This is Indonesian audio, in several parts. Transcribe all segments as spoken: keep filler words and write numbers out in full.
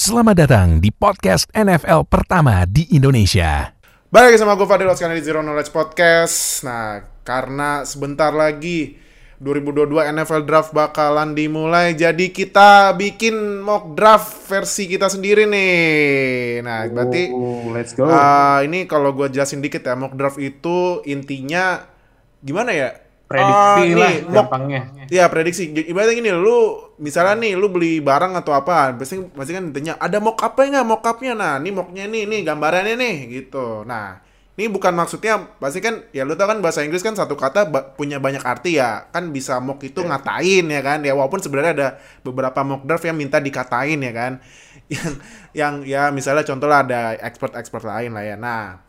Selamat datang di podcast N F L pertama di Indonesia. Balik lagi sama gue Fadil Oskan di Zero Knowledge Podcast. Nah, karena sebentar lagi dua ribu dua puluh dua N F L Draft bakalan dimulai, jadi kita bikin mock draft versi kita sendiri nih. Nah, berarti oh, let's go. Uh, ini kalau gue jelasin dikit ya, mock draft itu intinya gimana ya? Prediksi uh, lah gampangnya. Iya, prediksi. Ibaratnya gini, lu misalnya nih lu beli barang atau apa, pasti pasti kan ditanya, ada mock up-nya enggak? Mock up-nya. Nah, ini mocknya nih, nih gambarannya nih gitu. Nah, ini bukan maksudnya pasti kan ya lu tau kan bahasa Inggris kan satu kata ba- punya banyak arti ya. Kan bisa mock itu yeah. ngatain ya kan. Ya walaupun sebenarnya ada beberapa mock draft yang minta dikatain ya kan. Yang yang ya misalnya contoh lah ada expert-expert lain lah ya. Nah,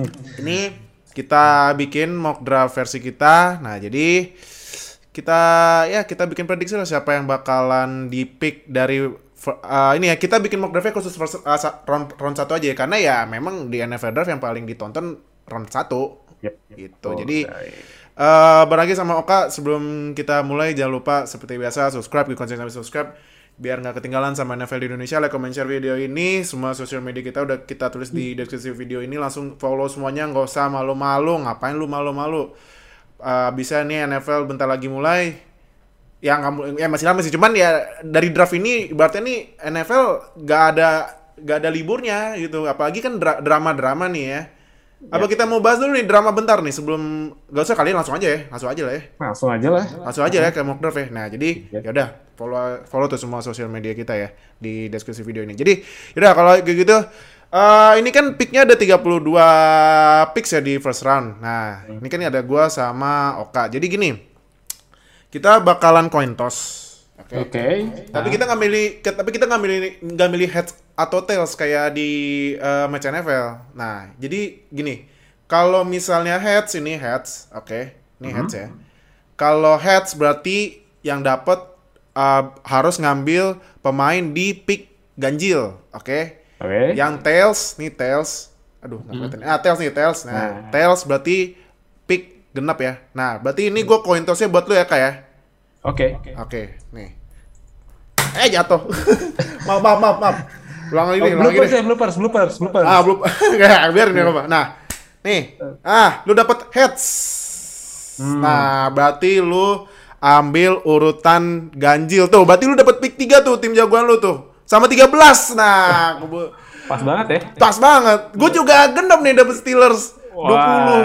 ini kita bikin mock draft versi kita. Nah, jadi kita ya kita bikin prediksi lah siapa yang bakalan di pick dari uh, ini ya, kita bikin mock draftnya khusus first, uh, round round satu aja ya, karena ya memang di N F L draft yang paling ditonton round satu. Yep, yep. Gitu. Oh, jadi uh, berlagi sama Oka, sebelum kita mulai jangan lupa seperti biasa subscribe, di konsen sampai subscribe biar nggak ketinggalan sama N F L di Indonesia. Like, comment, share video ini. Semua sosial media kita udah kita tulis di deskripsi video ini. Langsung follow semuanya, nggak usah malu-malu. Ngapain lu malu-malu? Uh, bisa nih N F L bentar lagi mulai. Yang kamu ya masih lama sih. Cuman ya dari draft ini berarti nih N F L nggak ada nggak ada liburnya gitu. Apalagi kan dra- drama-drama nih ya. Apa kita mau bahas dulu nih drama bentar nih sebelum, gak usah kalian langsung aja ya, langsung aja lah ya. Langsung aja lah. Langsung aja ya ke mock draft ya. Nah, jadi ya udah follow follow tuh semua sosial media kita ya di deskripsi video ini. Jadi, yaudah kalau kayak gitu uh, ini kan picknya ada tiga puluh dua picks ya di first round. Nah, hmm. ini kan ada gua sama Oka. Jadi gini, kita bakalan coin toss. Oke. Okay. Okay. Tapi nah. kita nggak milih, tapi kita nggak milih nggak milih heads atau tails kayak di uh, match N F L. Nah, jadi gini, kalau misalnya heads ini heads, oke, okay. ini mm-hmm. heads ya. Kalau heads berarti yang dapat uh, harus ngambil pemain di pick ganjil, oke? Okay? Oke. Okay. Yang tails, nih tails, aduh nggak kelihatan. Mm. Ah tails nih tails. Nah, nah, tails berarti pick genap ya. Nah, berarti ini gue coin tossnya buat lu ya kak ya. Oke. Okay. Oke, okay, nih. Eh jatuh. maaf, maaf, maaf, maaf. Ulang lagi nih, oh, ulang lagi nih. Bloopers, bloopers, bloopers. Ah, bloopers. Enggak, biarin ya, Pak. Nah, nih. Ah, lu dapat heads. Hmm. Nah, berarti lu ambil urutan ganjil tuh. Berarti lu dapat pick tiga tuh tim jagoan lu tuh. Sama tiga belas. Nah, pas banget ya. Pas banget. Gue juga gendam nih dapat Steelers. Wow. dua puluh.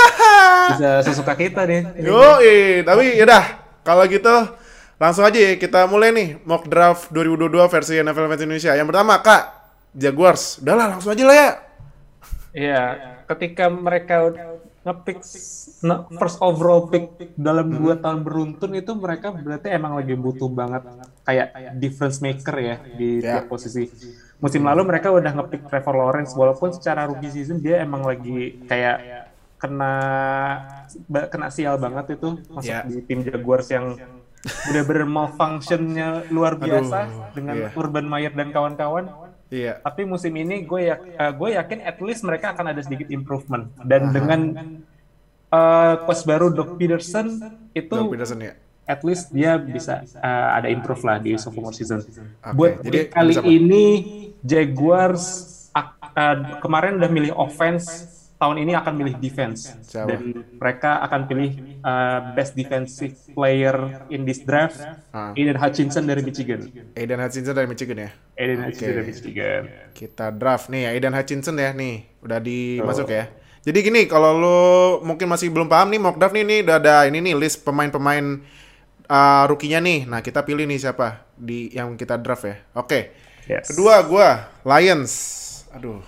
Bisa sesuka kita nih. Yoi, tapi yaudah. Kalau gitu langsung aja ya kita mulai nih mock draft dua ribu dua puluh dua versi N F L Fans Indonesia. Yang pertama Kak, Jaguars. Udahlah langsung aja lah ya. Iya, ketika mereka nge-pick first overall pick dalam dua hmm. tahun beruntun itu mereka berarti emang lagi butuh banget kayak difference maker ya di yeah. tiap posisi. Musim lalu mereka udah nge-pick Trevor Lawrence walaupun secara rookie season dia emang lagi kayak kena kena sial banget itu masuk yeah. di tim Jaguars yang benar-benar malfunctionnya luar biasa. Aduh, dengan yeah. Urban Meyer dan kawan-kawan. Iya. Tapi musim ini gue ya uh, gue yakin at least mereka akan ada sedikit improvement dan uh-huh. dengan uh, coach baru Doug Peterson itu Doug Peterson, ya. At least dia bisa uh, ada improve lah di sophomore season. Okay. Buat jadi kali ini Jaguars uh, uh, kemarin udah milih offense. Tahun ini akan milih defense Siapa? Dan mereka akan pilih uh, best defensive player in this draft, ah. Aiden Hutchinson dari Michigan. Aiden Hutchinson dari Michigan ya. Aiden okay. Hutchinson dari Michigan. Kita draft nih Aiden Hutchinson ya nih, udah dimasuk oh. ya. Jadi gini, kalau lu mungkin masih belum paham nih mock draft nih, nih udah ada ini nih list pemain-pemain uh, rookie-nya nih. Nah kita pilih nih siapa di yang kita draft ya. Oke. Okay. Yes. Kedua gua Lions. Aduh.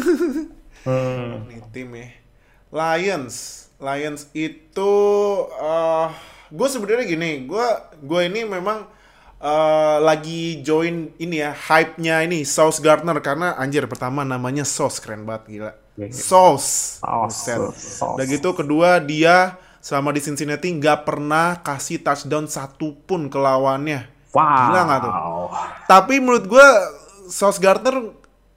Hmm. Nih tim ya Lions Lions itu uh, gue sebenarnya gini gue gue ini memang uh, lagi join ini ya hype-nya ini Sauce Gardner karena anjir pertama namanya Sauce keren banget gila Sauce udah gitu kedua dia selama di Cincinnati nggak pernah kasih touchdown satupun ke lawannya. Wow. Gila nggak tuh? Tapi menurut gue Sauce Gardner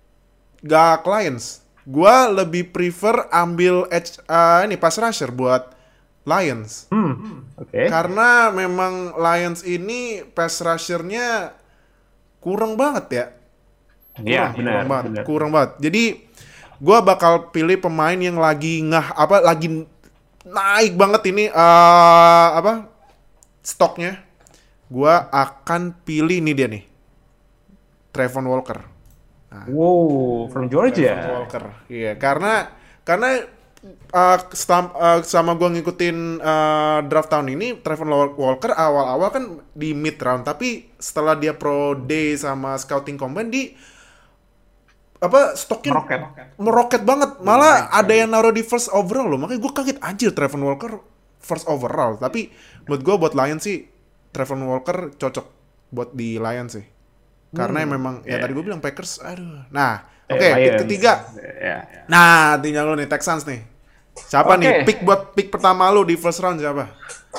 gak Lions. Gua lebih prefer ambil edge, uh, ini pass rusher buat Lions. Hmm, oke. Okay. Karena memang Lions ini pass rusher-nya kurang banget ya. Iya, kurang, benar, kurang banget, benar. kurang banget. Jadi gue bakal pilih pemain yang lagi ngah apa lagi naik banget ini uh, apa stoknya. Gue akan pilih ini dia nih, Trevon Walker. Wow, from Georgia. Trevon Walker, iya karena karena uh, stam, uh, sama gue ngikutin uh, draft tahun ini, Trevon Walker awal-awal kan di mid round, tapi setelah dia pro day sama scouting combine di apa stoknya Meroket. meroket banget, malah ada yang naruh di first overall loh, makanya gue kaget anjir Trevon Walker first overall. Tapi buat gue buat Lions sih Trevon Walker cocok buat di Lions sih, karena Hmm, memang ya yeah. tadi gue bilang Packers, aduh. Nah, Eh, oke, pick Lions. ketiga. Ya, ya. Nah, tinggal lu nih Texans nih. Siapa Oke. nih pick buat pick pertama lu di first round siapa?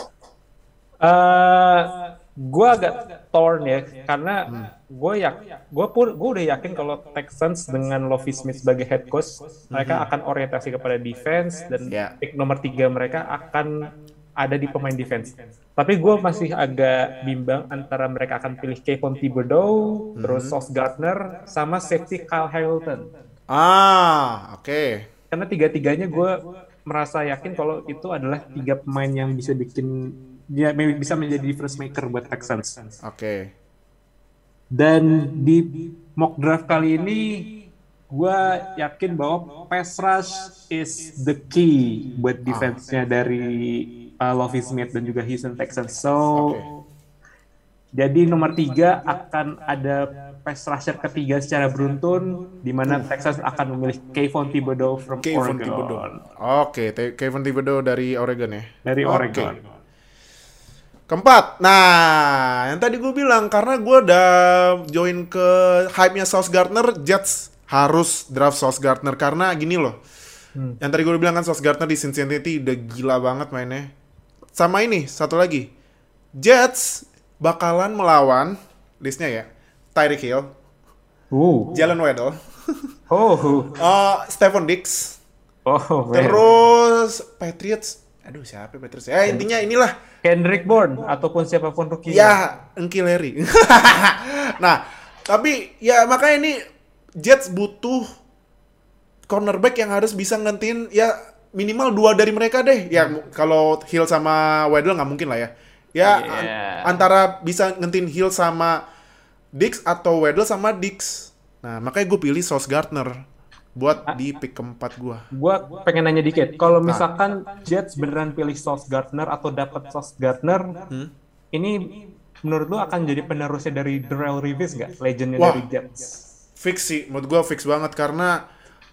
Eh, gue agak torn ya, karena gue ya, gue pun gue udah yakin kalau Texans dengan Lovie Smith sebagai head coach, mereka akan orientasi kepada defense dan Ya. pick nomor tiga mereka akan ada di pemain defense. Tapi gue masih agak bimbang antara mereka akan pilih Kayvon Thibodeau, terus Sauce Gardner, sama safety Kyle Hamilton. Ah, oke. Karena tiga-tiganya gue merasa yakin kalau itu adalah tiga pemain yang bisa bikin dia bisa menjadi difference maker buat Texans. Oke. Dan di mock draft kali ini gue yakin bahwa pass rush is the key buat defense-nya dari uh, Lovie Smith dan juga Houston Texans. So Oke. jadi nomor tiga akan ada pass rusher ketiga secara beruntun, di mana Texas akan memilih Kayvon Thibodeau from Kayvon Oregon. Thibodeau. Oke, Te- Kayvon Thibodeau dari Oregon ya. Dari Oke. Oregon. Keempat, nah yang tadi gue bilang karena gue udah join ke hype-nya Sauce Gardner, Jets harus draft Sauce Gardner karena gini loh. Hmm. Yang tadi gue bilang kan Sauce Gardner di Cincinnati udah gila banget mainnya. Sama ini satu lagi, Jets bakalan melawan listnya ya, Tyreek Hill, Uh. Jalen Waddle, Oh. uh, Stephon Diggs, Oh. man. terus Patriots. Aduh siapa Patriots? Ya intinya inilah. Kendrick Bourne ataupun siapapun rookie. Ya, Engki Larry. Nah, tapi ya makanya ini Jets butuh cornerback yang harus bisa ngantiin ya minimal dua dari mereka deh. Ya mu- kalau Hill sama Waddle nggak mungkin lah ya. Ya Yeah. an- antara bisa ngantiin Hill sama Diggs atau Waddle sama Diggs. Nah, makanya gue pilih Sauce Gardner buat di pick keempat gue. Gue pengen nanya dikit, kalau misalkan Jets beneran pilih Sauce Gardner atau dapat Sauce Gardner, Hmm? ini menurut lu akan jadi penerusnya dari Darrelle Revis nggak? Legendnya Wah. dari Jets. Fix sih, menurut gue fix banget karena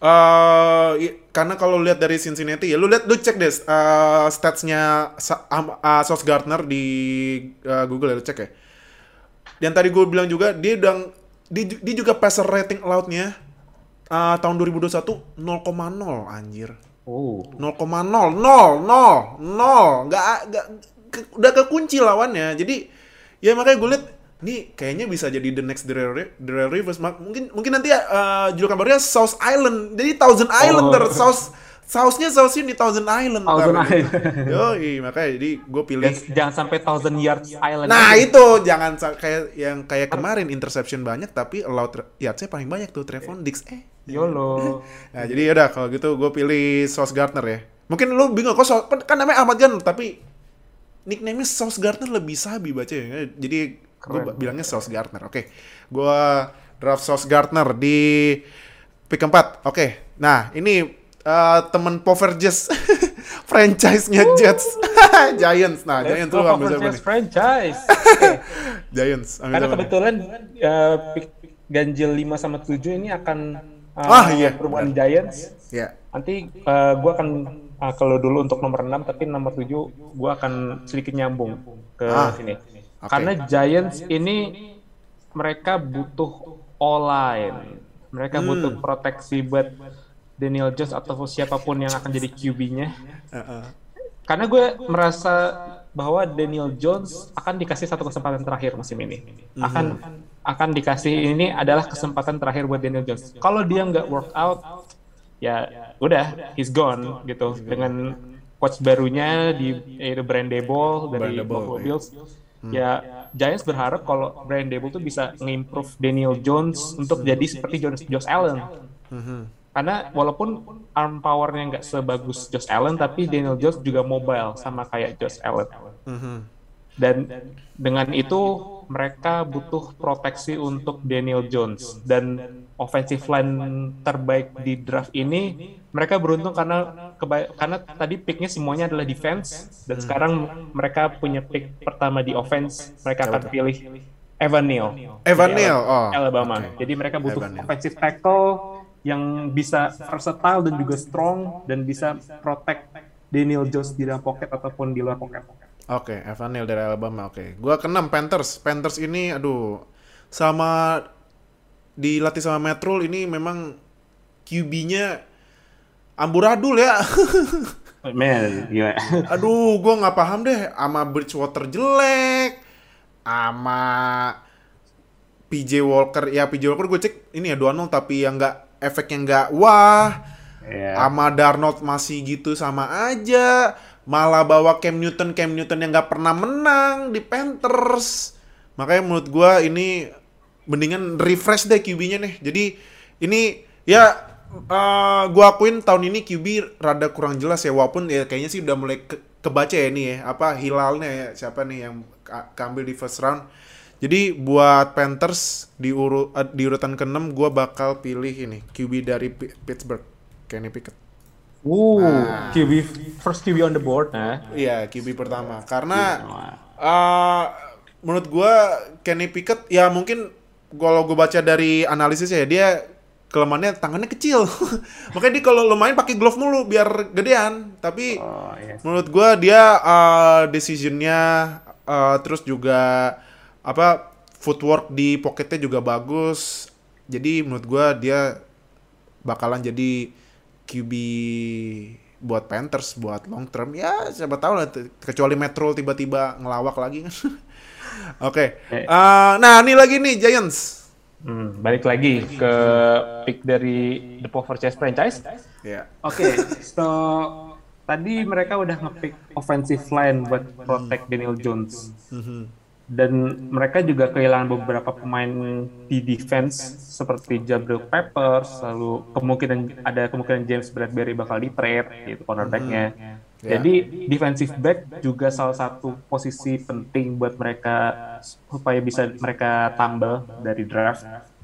eh i- karena kalau lihat dari Cincinnati ya lu lihat lu cek deh uh, statsnya Sa- um, uh, Sauce Gardner di uh, Google ya lu cek ya. Dan tadi gue bilang juga dia udah dia, ju- dia juga passer rating allowed-nya uh, tahun dua ribu dua puluh satu nol koma nol anjir. Oh. nol koma nol nol nol nol nggak nggak ke- udah kekunci lawannya. Jadi ya makanya gue lihat nih kayaknya bisa jadi the next Darrelle Darrelle Revis. Ma- mungkin mungkin nanti uh, julukan barunya South Island, jadi Thousand Islander. Oh. South Sausnya sausnya di Thousand Island. Thousand ntar. Island. Yoi, makanya jadi gue pilih. Dan jangan sampai Thousand Yards Island. Nah aja. itu jangan sa- kayak yang kayak kemarin interception banyak tapi allowed tra- yardsnya paling banyak tuh Trevon Diggs. Eh YOLO. Nah, jadi yaudah kalau gitu gue pilih Sauce Gardner ya. Mungkin lu bingung kok Sauce, kan namanya Ahmad Gardner tapi nickname-nya Sauce Gardner lebih sabi baca ya. Jadi gue Keren. bilangnya Sauce Gardner. Oke. Gue draft Sauce Gardner di pick keempat. Oke. Nah, ini uh, temen Poverges franchise-nya Jets. Giants. Nah, Let's Giants go lu ambil siapa Conference nih? franchise. Oke. Giants. Ambil Karena siapa nih? kebetulan uh, pick ganjil lima sama tujuh ini akan uh, Ah, iya. berhubungan Giants. Ya. Nanti uh, gue akan uh, kalau dulu untuk nomor enam, tapi nomor tujuh gue akan sedikit nyambung ke Ah, sini. oke. Karena Giants ini mereka butuh O-line. Mereka Hmm. butuh proteksi buat Daniel Jones atau siapapun yang akan jadi Q B-nya. Uh-uh. Karena gue merasa bahwa Daniel Jones akan dikasih satu kesempatan terakhir musim ini. Akan akan dikasih ini adalah kesempatan terakhir buat Daniel Jones. Kalau dia nggak work out, ya udah, he's gone gitu. Dengan coach barunya di yaitu Brian Daboll dari Brian Daboll, Buffalo iya. Bills. Ya, Giants berharap kalau Brian Daboll tuh bisa nge-improve Daniel Jones untuk jadi seperti Josh, Josh Allen. Karena walaupun arm powernya nggak sebagus Josh Allen, tapi Daniel Jones juga mobile sama kayak Josh Allen. Dan dengan itu mereka butuh proteksi untuk Daniel Jones. Dan offensive line terbaik di draft ini mereka beruntung karena keba- karena tadi picknya semuanya adalah defense, dan sekarang mereka punya pick pertama di offense. Mereka akan pilih Evan Neal Evan dari Neal, Ala- oh, Alabama. oke. Jadi mereka butuh Evan Neal. offensive tackle yang bisa versatile dan juga strong dan bisa protect Daniel Jones di dalam pocket ataupun di luar pocket. Oke, Evan Neal dari Alabama. Oke, gua keenam Panthers. Panthers ini, aduh, sama dilatih sama Matt Rule ini memang Q B-nya amburadul ya. Man, gila. Aduh, gua nggak paham deh. Ama Bridgewater jelek, ama P J Walker. Ya P J Walker gue cek ini ya dua nol tapi yang nggak efeknya nggak wah. Yeah. Ama Darnold masih gitu sama aja. Malah bawa Cam Newton, Cam Newton yang nggak pernah menang di Panthers. Makanya menurut gue ini mendingan refresh deh Q B-nya nih. Jadi ini ya uh, gue akuin tahun ini Q B rada kurang jelas ya. Walaupun ya kayaknya sih udah mulai ke- kebaca ya ini ya. Apa hilalnya ya, siapa nih yang ka- keambil di first round. Jadi buat Panthers di, uru, uh, di urutan keenam gue bakal pilih ini Q B dari P- Pittsburgh, Kenny Pickett. Ooh, Nah. Q B first Q B on the board, nah. Iya, Q B pertama. Karena uh, menurut gue Kenny Pickett ya mungkin kalau gue baca dari analisis ya dia kelemahannya tangannya kecil. Makanya dia kalau lo main pakai glove mulu biar gedean. Tapi Oh, yes. menurut gue dia uh, decisionnya uh, terus juga apa footwork di pocketnya juga bagus. Jadi menurut gue dia bakalan jadi Q B buat Panthers buat long term ya siapa tahu lah kecuali Metro tiba-tiba ngelawak lagi kan. Oke. Eh. Uh, nah ini lagi nih Giants. Hmm, balik lagi ke pick dari The Power Chess franchise. Ya. Oke, so tadi mereka udah nge-pick offensive line buat protect Daniel Jones. Dan mereka juga kehilangan beberapa pemain di defense seperti Jabril Peppers, lalu kemungkinan ada kemungkinan James Bradbury bakal di trade gitu cornerback-nya. Ya. Jadi defensive back juga salah satu posisi penting buat mereka supaya bisa mereka tambal dari draft.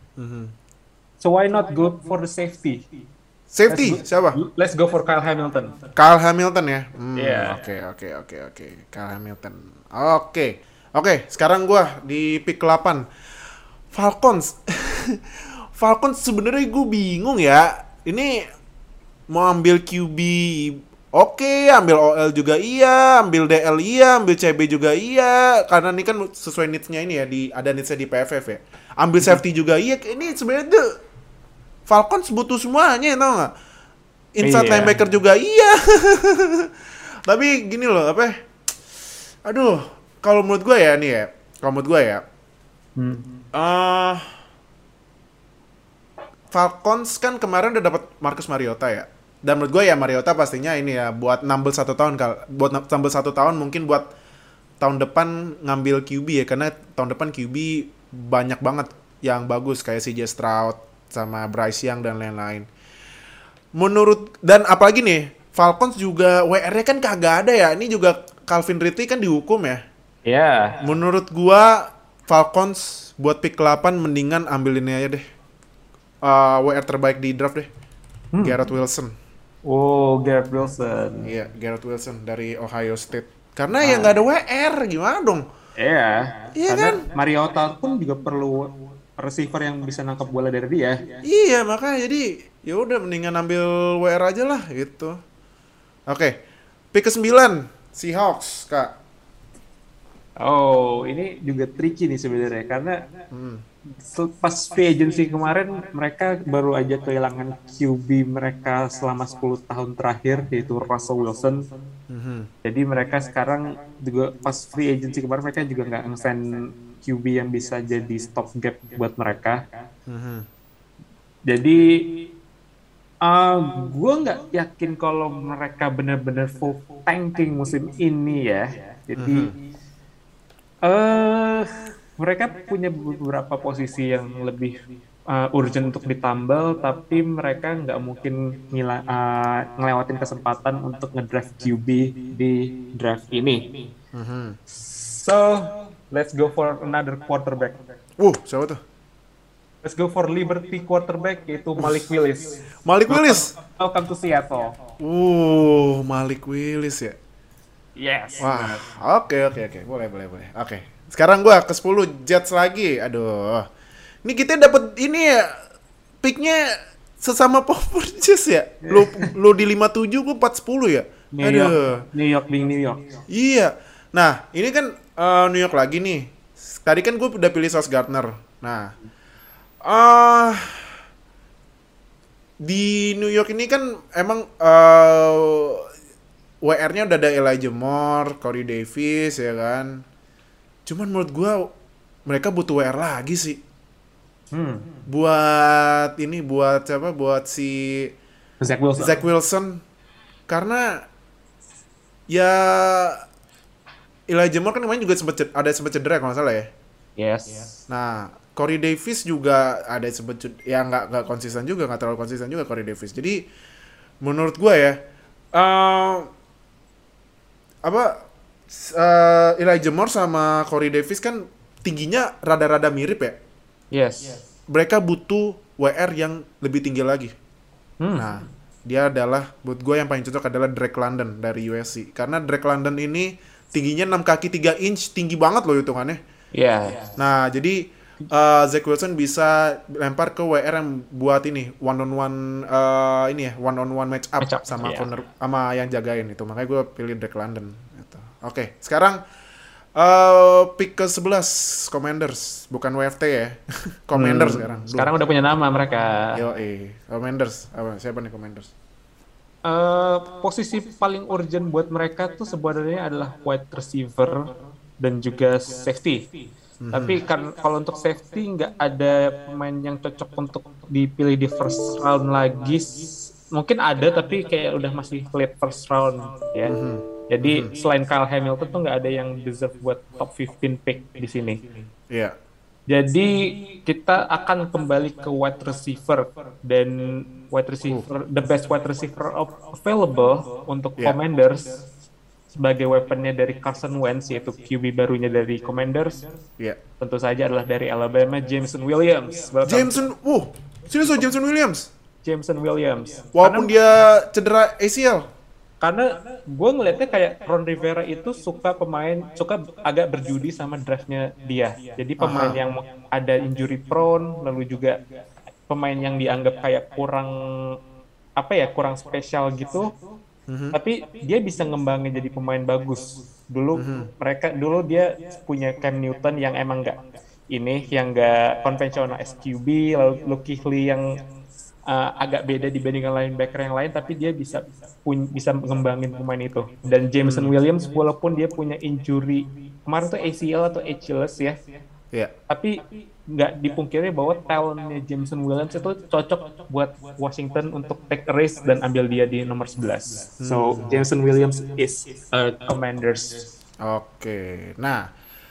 So why not go for the safety? Safety Let's go- siapa? Let's go for Kyle Hamilton. Kyle Hamilton ya. Hmm, Iya. Oke oke oke oke. Kyle Hamilton. Oke. Oke, sekarang gua di pick delapan. Falcons. Falcons sebenarnya gue bingung ya. Ini mau ambil Q B oke, ambil O L juga iya, ambil D L iya, ambil C B juga iya. Karena ini kan sesuai needs-nya ini ya, di ada needs-nya di P F F ya. Ambil safety juga iya. Ini sebenarnya tuh Falcons butuh semuanya, tau nggak? Inside Iya. linebacker juga iya. Tapi gini loh, apa? ya? Aduh, kalau menurut gue ya nih ya, kalau menurut gue ya, Hmm. eh Falcons kan kemarin udah dapat Marcus Mariota ya. Dan menurut gue ya Mariota pastinya ini ya buat nambel satu tahun kal, buat nambel satu tahun mungkin buat tahun depan ngambil Q B ya, karena tahun depan Q B banyak banget yang bagus kayak C J Stroud sama Bryce Young dan lain-lain. Menurut dan apalagi nih Falcons juga W R-nya kan kagak ada ya. Ini juga Calvin Ridley kan dihukum ya. Ya, Menurut gua Falcons buat pick delapan mendingan ambil ini aja deh. Uh, W R terbaik di draft deh. Garrett Wilson. oh Garrett Wilson. Iya, Garrett Wilson dari Ohio State. Karena ya nggak ada W R, gimana dong? Iya, Iya karena kan? Mariota pun juga perlu receiver yang bisa nangkap bola dari dia. Iya, makanya jadi ya udah mendingan ambil W R aja lah gitu. Oke. Pick kesembilan Seahawks, Kak. Oh, ini juga tricky nih sebenarnya karena se- pas free agency kemarin mereka baru aja kehilangan Q B mereka selama sepuluh tahun terakhir yaitu Russell Wilson. Jadi mereka sekarang juga pas free agency kemarin mereka juga nggak nge-sign Q B yang bisa jadi stop gap buat mereka. Jadi uh, gue nggak yakin kalau mereka benar-benar full tanking musim ini ya. Jadi Eh, mereka punya beberapa posisi yang lebih uh, urgent untuk ditambal, tapi mereka nggak mungkin ngila, uh, ngelewatin kesempatan untuk ngedraft Q B di draft ini. Mhm. So, let's go for another quarterback. Uh, siapa tuh? Let's go for Liberty quarterback, yaitu Malik Willis. Malik Willis. Welcome to Seattle. Uh, Malik Willis ya. Yes. Wah, oke oke oke, boleh boleh boleh. Oke. Sekarang gua ke sepuluh Jets lagi. Aduh. Ini kita dapat ini ya picknya sesama Power Jets ya. Lu lu di lima puluh tujuh gua empat sepuluh ya. New Aduh. York, New York being New York. Iya. Nah, ini kan uh, New York lagi nih. Tadi kan gue udah pilih Sauce Gardner. Nah, uh, di New York ini kan emang uh, W R-nya udah ada Elijah Moore, Corey Davis ya kan. Cuman menurut gue mereka butuh W R lagi sih. Hmm. Buat ini buat siapa? Buat si Zach Wilson. Zach Wilson. Karena ya Elijah Moore kan kemarin juga sempat ada sempat cedera kalau nggak salah ya. Yes. Nah, Corey Davis juga ada sempat cedera, ya nggak nggak konsisten juga, nggak terlalu konsisten juga Corey Davis. Jadi menurut gue ya, uh, apa uh, Elijah Moore sama Corey Davis kan tingginya rada-rada mirip ya. Yes. Mereka butuh W R yang lebih tinggi lagi. Hmm. Nah, dia adalah buat gue yang paling cocok adalah Drake London dari U S C. Karena Drake London ini tingginya enam kaki tiga inch, tinggi banget loh hitungannya. Iya. Yeah. Nah, jadi uh, Zach Wilson bisa lempar ke W R yang buat ini one on one uh, ini ya, one on one match up, Match up, sama yeah. corner sama yang jagain itu. Makanya gue pilih Drake London gitu. Oke, sekarang uh, pick ke sebelas Commanders, bukan W F T ya. Commanders Hmm, sekarang. Sekarang udah punya nama mereka. Yo, eh, Commanders. Apa siapa nih Commanders? Eh, posisi paling urgent buat mereka tuh sebenarnya adalah wide receiver dan juga safety. Mm-hmm. Tapi kan kalau untuk safety nggak ada pemain yang cocok untuk dipilih di first round lagi. Mungkin ada tapi kayak udah masih late first round ya. Mm-hmm. Jadi mm-hmm. selain Kyle Hamilton tuh nggak ada yang deserve buat top lima belas pick di sini. Iya. Yeah. Jadi kita akan kembali ke wide receiver dan wide receiver, uh. the best wide receiver available untuk yeah. Commanders sebagai weaponnya dari Carson Wentz, yaitu Q B barunya dari Commanders. Yeah. Tentu saja adalah dari Alabama, Jameson Williams. Welcome. Jameson, wow, serius loh Jameson Williams. Jameson Williams. Walaupun karena, dia cedera A C L. Karena gue ngelihatnya kayak Ron Rivera itu suka pemain, suka agak berjudi sama draftnya dia. Jadi pemain Aha. yang ada injury prone, lalu juga pemain yang dianggap kayak kurang, apa ya, kurang spesial gitu. Mm-hmm. Tapi dia bisa ngembangin jadi pemain bagus. Dulu mm-hmm. mereka, dulu dia punya Cam Newton yang emang nggak ini, yang nggak konvensional S Q B, lalu Luke Kuechly yang Uh, agak beda dibandingkan linebacker yang lain, tapi dia bisa pun, bisa mengembangin pemain itu. Dan Jameson Williams walaupun dia punya injury kemarin tuh A C L atau Achilles ya, yeah. tapi nggak dipungkiri bahwa talentnya Jameson Williams itu cocok buat Washington untuk take a risk dan ambil dia di nomor sebelas. Hmm. So Jameson Williams is a Commanders. Oke, okay. Nah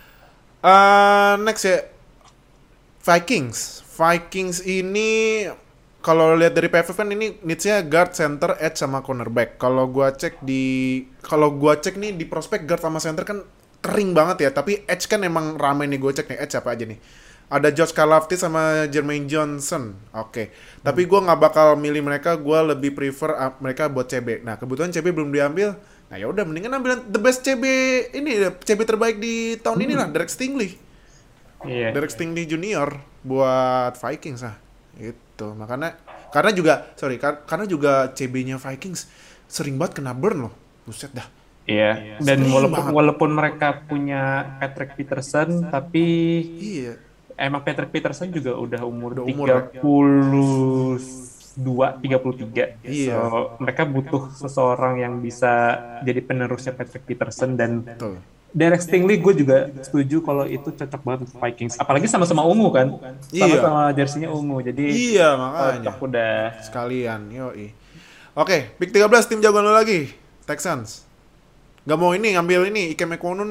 uh, next ya Vikings. Vikings ini kalau lihat dari P F F kan ini needs-nya guard, center, edge sama cornerback. Kalau gua cek di kalau gua cek nih di prospek guard sama center kan kering banget ya, tapi edge kan emang ramai nih. Gua cek nih edge apa aja nih. Ada George Karlaftis sama Jermaine Johnson. Oke. Okay. Hmm. Tapi gua nggak bakal milih mereka, gua lebih prefer uh, mereka buat C B. Nah, kebetulan C B belum diambil. Nah, ya udah mendingan ambil the best C B ini, C B terbaik di tahun hmm. inilah, Derek Stingley. Iya. Yeah. Derek Stingley Junior buat Vikings ah. Itu makanya karena juga sorry kar- karena juga C B-nya Vikings sering banget kena burn loh, buset dah. Iya. Dan walaupun walaupun mereka punya Patrick Peterson, tapi iya. Emang Patrick Peterson juga udah umur, udah umur tiga puluh dua, tiga puluh tiga. Iya. So, mereka butuh seseorang yang bisa jadi penerusnya Patrick Peterson dan Betul. Derek Stingley gue juga setuju kalau itu cocok banget untuk Vikings. Apalagi sama-sama ungu kan. Sama-sama iya. Jersinya ungu. Jadi iya makanya. Cocok udah. Sekalian. Yoi. Oke, pick tiga belas tim jagoan lo lagi. Texans. Gak mau ini ngambil ini Ike Mekwonu nih.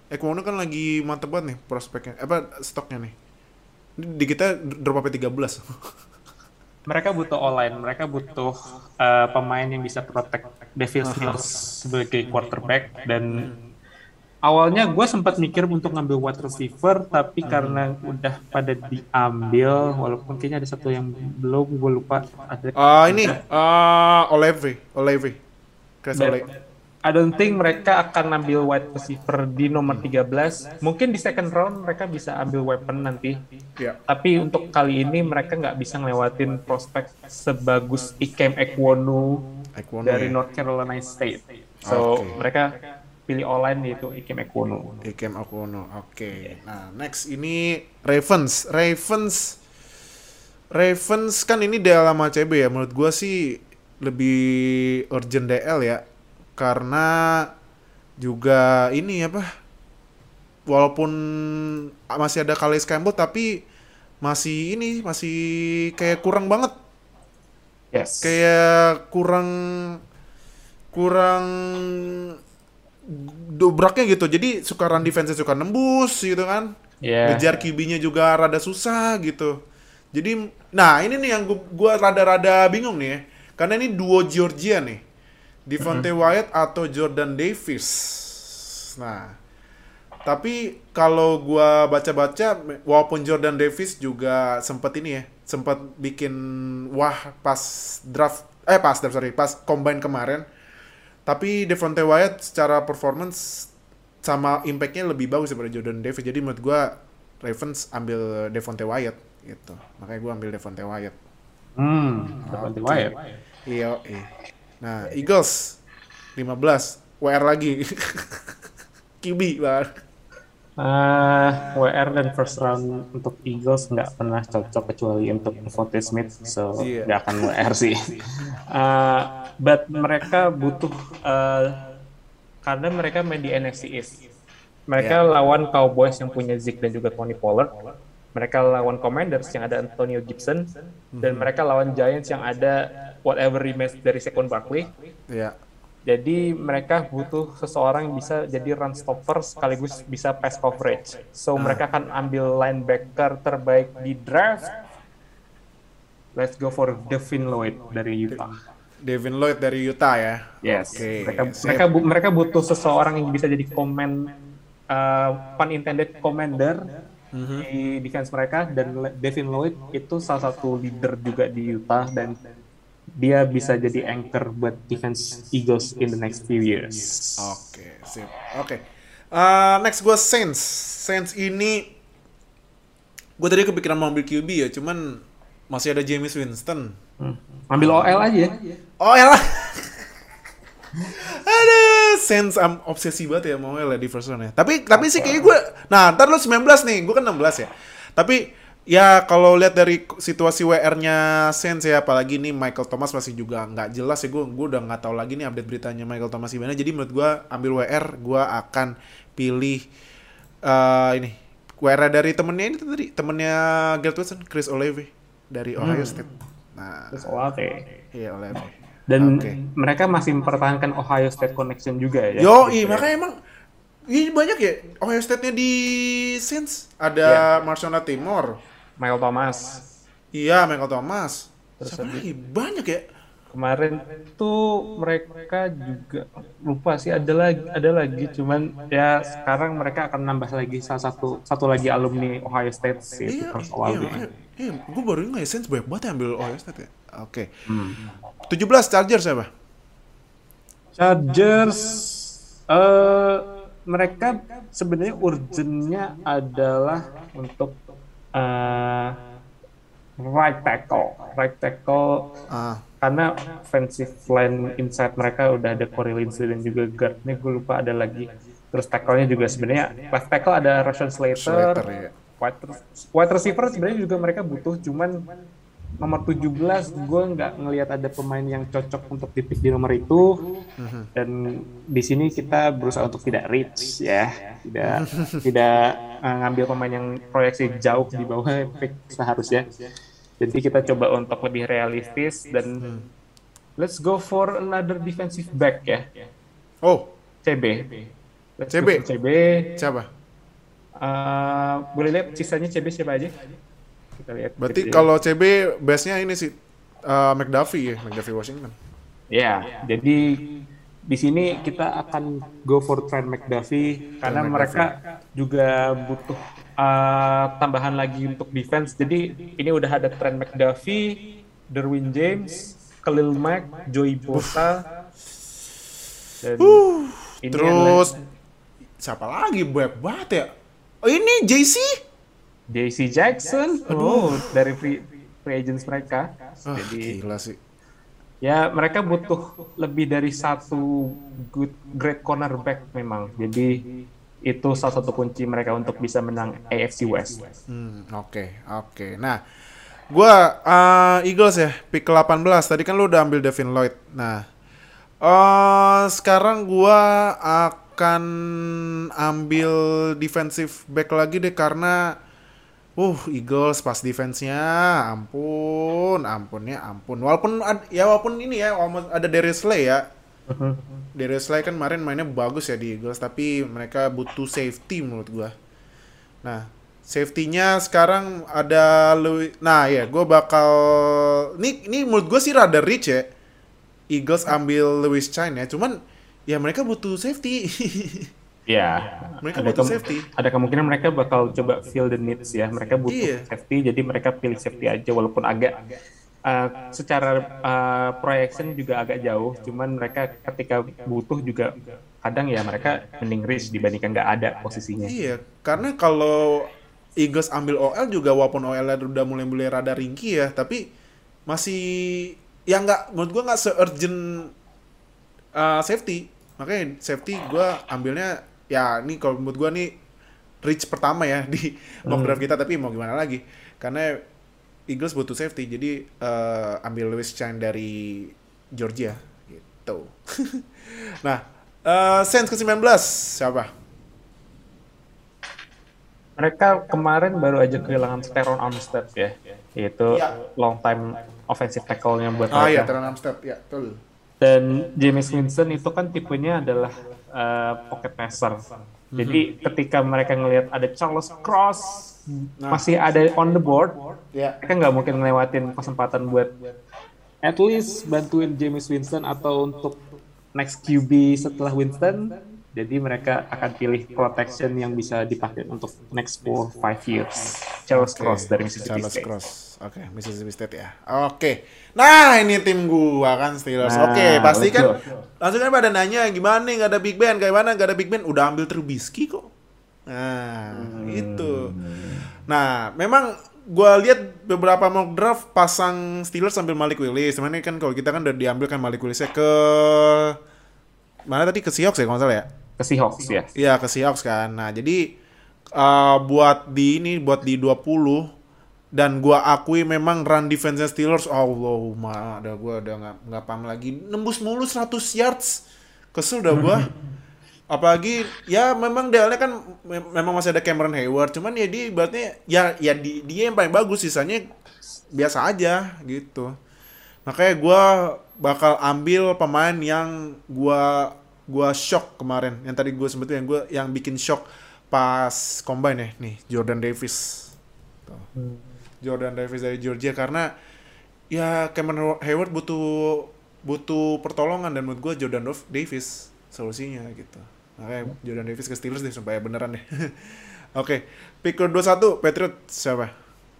Ekwono kan lagi mantep banget nih prospeknya, apa stoknya nih. Di kita drop sampai tiga belas. Mereka butuh online, mereka butuh uh, pemain yang bisa protect Davis Mills sebagai quarterback. Dan awalnya gue sempat mikir untuk ngambil wide receiver, tapi karena udah pada diambil, walaupun kayaknya ada satu yang belum, gue lupa. Ada. Ah uh, ini, uh, Olave, Olave, Chris Olave. I don't think mereka akan ambil wide receiver di nomor tiga belas. Mungkin di second round mereka bisa ambil weapon nanti. Yeah. Tapi untuk kali ini mereka nggak bisa ngelewatin prospek sebagus Ikem Ekwonu dari ya? North Carolina State. So okay. mereka pilih online yaitu Ikem Ekwonu. Ikem Ekwonu, oke. Okay. Nah next ini Ravens. Ravens, Ravens kan ini D L sama C B ya. Menurut gue sih lebih urgent D L ya. Karena juga ini apa, walaupun masih ada Calais Campbell tapi masih ini masih kayak kurang banget. Yes. Kayak kurang kurang dobraknya gitu. Jadi suka run defense suka nembus gitu kan. Yeah. Ngejar Q B-nya juga rada susah gitu. Jadi nah ini nih yang gua, gua rada-rada bingung nih ya. Karena ini duo Georgia nih. Devonte mm-hmm. Wyatt atau Jordan Davis. Nah, tapi kalau gua baca-baca, walaupun Jordan Davis juga sempat ini ya, sempat bikin wah pas draft, eh pas draft sorry, pas combine kemarin. Tapi Devonte Wyatt secara performance sama impact-nya lebih bagus daripada Jordan Davis. Jadi menurut gua Ravens ambil Devonte Wyatt gitu. Makanya gua ambil Devonte Wyatt. Hmm, Devonte okay. Wyatt. Iya, iya. Nah, Eagles lima belas, W R lagi. Q B, Bang. Uh, W R dan first round untuk Eagles nggak pernah cocok kecuali untuk Devonte Smith, so nggak yeah. akan W R sih. Uh, but mereka butuh, uh, karena mereka main di N F C East. Mereka yeah. lawan Cowboys yang punya Zeke dan juga Tony Pollard. Mereka lawan Commanders yang ada Antonio Gibson, mm-hmm. dan mereka lawan Giants yang ada whatever remains dari Saquon Barkley. Yeah. Jadi mereka butuh seseorang yang bisa jadi run stopper sekaligus bisa pass coverage. So uh. mereka akan ambil linebacker terbaik di draft. Let's go for Devin Lloyd dari Utah. Devin Lloyd dari Utah ya. Yes. Okay. Mereka mereka, bu, mereka butuh seseorang yang bisa jadi command, uh, pun intended commander. Mm-hmm. di defense mereka, dan Devin Lloyd itu salah satu leader juga di Utah dan dia bisa jadi anchor buat defense Eagles in the next few years. Oke, okay, sip. Oke. Okay. Uh, next gue Saints. Saints ini gue tadi kepikiran mau ambil Q B ya, cuman masih ada Jameis Winston. Hmm. Ambil O L aja. O L. Ada Saints um, obsesi banget ya mau O L ya di first round ya. Tapi tapi sih kayaknya gue, nah ntar lu sembilan belas nih, gue kan enam belas ya. Tapi ya kalau lihat dari situasi W R-nya Saints ya, apalagi nih Michael Thomas masih juga nggak jelas ya, gue gue udah nggak tahu lagi nih update beritanya Michael Thomas gimana. Jadi menurut gue ambil W R, gue akan pilih uh, ini W R dari temennya ini tadi, temennya Garrett Wilson, Chris Olave dari Ohio hmm. State. Nah, Chris Olave. Iya Olave. Dan okay. mereka masih mempertahankan Ohio State connection juga ya. Yo, iya makanya emang ini banyak ya Ohio State-nya di Saints. Ada yeah. Marshawn Lattimore, Michael Thomas. Iya, Michael Thomas. Terus siapa lagi? Banyak ya. Kemarin tuh mereka juga lupa sih, ada lagi ada lagi cuman ya sekarang mereka akan nambah lagi salah satu satu lagi alumni Ohio State sih. Iya, iya, iya, gue baru ingat ya Saints banyak banget yang ambil Ohio State ya. Oke. Okay. Hmm. tujuh belas Chargers apa? Chargers uh, mereka sebenarnya urgentnya adalah untuk uh, right tackle, right tackle. Ah. Karena offensive line inside mereka udah ada Corey Linsley dan juga guard-nya gue lupa ada lagi. Terus tackle-nya juga sebenarnya left tackle ada Rashawn Slater. Slater ya. Wide, wide receiver sebenarnya juga mereka butuh, cuman nomor tujuh belas gue nggak ngelihat ada pemain yang cocok untuk dipick di nomor itu. Uh-huh. Dan di sini kita berusaha untuk tidak reach ya, tidak tidak uh, ngambil pemain yang proyeksi jauh di bawah pick seharusnya. Jadi kita coba untuk lebih realistis dan hmm. let's go for another defensive back ya. Oh, C B. Let's C go B. for C B. Siapa? Eh, boleh lihat sisanya C B siapa aja? Kita lihat. Berarti gitu. kalau C B base-nya ini sih uh, McDuffie ya, McDuffie Washington. Ya, jadi di sini kita akan go for Trent McDuffie karena Trent mereka juga butuh uh, tambahan lagi untuk defense. Jadi ini udah ada Trent McDuffie, Derwin James, Khalil Mack, Joey Bosa, dan Uh, ini terus adalah siapa lagi banyak banget ya? Oh ini J C. J C Jackson, oh dari free, free agents mereka. Ah, Jadi gila sih. ya mereka butuh lebih dari satu good great cornerback memang. Jadi itu salah satu kunci mereka untuk bisa menang A F C West. Hmm, oke, oke. Nah, gua uh, Eagles ya, pick ke delapan belas. Tadi kan lu udah ambil Devin Lloyd. Nah, uh, sekarang gua akan ambil defensive back lagi deh karena Uh, Eagles pas defense-nya, ampun, ampun ya, ampun. Walaupun ad, ya walaupun ini ya, walaupun ada Darius Slay ya. Darius Slay kan kemarin mainnya bagus ya di Eagles, tapi mereka butuh safety menurut gua. Nah, safety-nya sekarang ada Louis. Nah, ya, gua bakal ini ini menurut gua sih rada rich ya. Eagles ambil Louis Chan ya, cuman ya mereka butuh safety. Ya, Mereka ada, butuh kem- safety. ada kemungkinan mereka bakal coba fill the needs ya. Mereka butuh Iya. safety, jadi mereka pilih safety aja walaupun agak uh, secara uh, projection juga agak jauh. Cuman mereka ketika butuh juga kadang ya mereka mending reach dibandingkan nggak ada posisinya. Iya, karena kalau Eagles ambil O L juga walaupun O L-nya udah mulai-mulai rada ringkih ya, tapi masih ya nggak, menurut gua nggak se-urgent uh, safety. Makanya safety gua ambilnya ya ini kalau menurut gua nih reach pertama ya di mock draft kita, tapi mau gimana lagi? Karena Eagles butuh safety, jadi uh, ambil Louis Chan dari Georgia gitu. Nah, uh, Saints ke sembilan belas siapa? Mereka kemarin baru aja kehilangan Teron Armstead ya, yaitu Ya. long time offensive tackle-nya buat Ah iya, mereka. Teron Armstead, ya, betul. Dan James Winston itu kan tipenya adalah uh, pocket passer. Jadi ketika mereka ngelihat ada Charles Cross masih ada on the board, Ya. mereka nggak mungkin ngelewatin kesempatan buat at least bantuin James Winston atau untuk next Q B setelah Winston. Jadi mereka akan pilih protection yang bisa dipakai untuk next four five years. Charles Oke, Cross dari Mississippi Charles State. Cross. Oke, Mississippi State ya. Oke. Nah, ini tim gua kan Steelers. Nah, Oke, pasti let's kan go. langsung kan pada nanya gimana nih nggak ada Big Ben, kayak mana nggak ada Big Ben, udah ambil Trubisky kok. Nah, Hmm. itu. Nah, memang gua lihat beberapa mock draft pasang Steelers sambil Malik Willis. Cuman ini kan kalau kita kan udah diambil kan Malik Willisnya ke mana tadi, ke Seahawks ya kalau nggak salah ya. Ke Seahawks ya. Iya, ke Seahawks kan. Nah, jadi uh, buat di ini buat di dua puluh dan gua akui memang run defense Steelers, Allahumma, ada gua udah nggak nggak paham lagi, nembus mulu seratus yards. Kesel dah gua. Apalagi ya memang D L-nya kan me- memang masih ada Cameron Hayward, cuman ya dia ibaratnya ya ya di, dia yang paling bagus, sisanya biasa aja gitu. Makanya gua bakal ambil pemain yang gua gua shock kemarin, yang tadi gue sebutin, yang gue yang bikin shock pas combine ya, nih Jordan Davis. Tuh. Jordan Davis dari Georgia, karena ya Cameron Hayward butuh butuh pertolongan dan menurut gue Jordan Davis solusinya gitu. Makanya Jordan Davis ke Steelers deh supaya beneran deh. Oke, pick ke dua puluh satu Patriot siapa?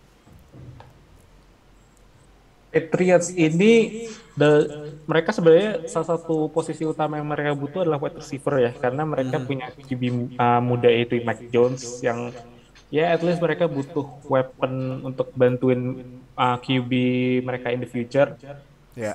Patriots ini the, mereka sebenarnya salah satu posisi utama yang mereka butuh adalah wide receiver ya, karena mereka punya Q B uh, muda itu Mac Jones yang ya at least mereka butuh weapon untuk bantuin uh, Q B mereka in the future. Ya.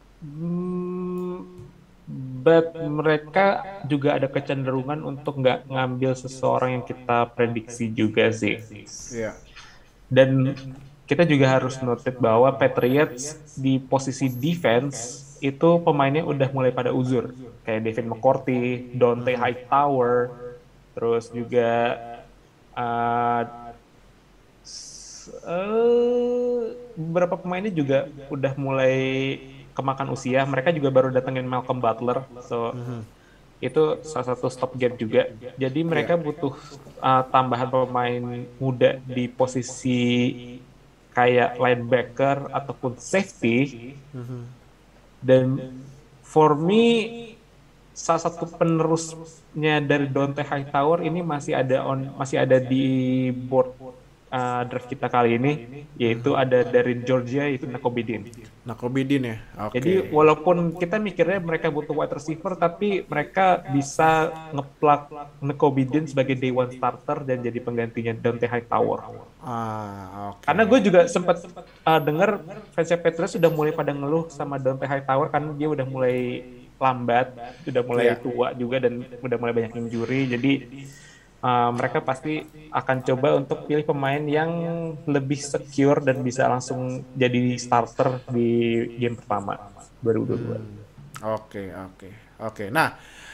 Hmm, but mereka juga ada kecenderungan untuk nggak ngambil seseorang yang kita prediksi juga sih. Iya. Dan kita juga harus noted bahwa Patriots di posisi defense itu pemainnya udah mulai pada uzur. Kayak Devin McCourty, Dante Hightower, terus juga uh, s- uh, beberapa pemainnya juga udah mulai kemakan usia. Mereka juga baru datengin Malcolm Butler. So itu salah satu stopgap juga. Jadi mereka butuh uh, tambahan pemain muda di posisi kayak linebacker ataupun safety. Dan for me salah satu penerusnya dari Dante Hightower ini masih ada on masih ada di board uh, draft kita kali ini, yaitu ada dari Georgia, yaitu Nakobe Dean. Nakobe Dean ya. Oke. Jadi walaupun kita mikirnya mereka butuh wide receiver, tapi mereka bisa ngeplug Nakobe Dean sebagai day one starter dan jadi penggantinya Dante Hightower. Ah, oke. Karena gue juga sempat uh, dengar fansnya Patriots sudah mulai pada ngeluh sama Dante Hightower karena dia udah mulai lambat, sudah mulai Iya. tua juga dan udah mulai banyak injury. Jadi uh, mereka pasti akan coba untuk pilih pemain yang lebih secure dan bisa langsung jadi starter di game pertama dua ribu dua puluh dua. Oke, oke. Oke. Nah,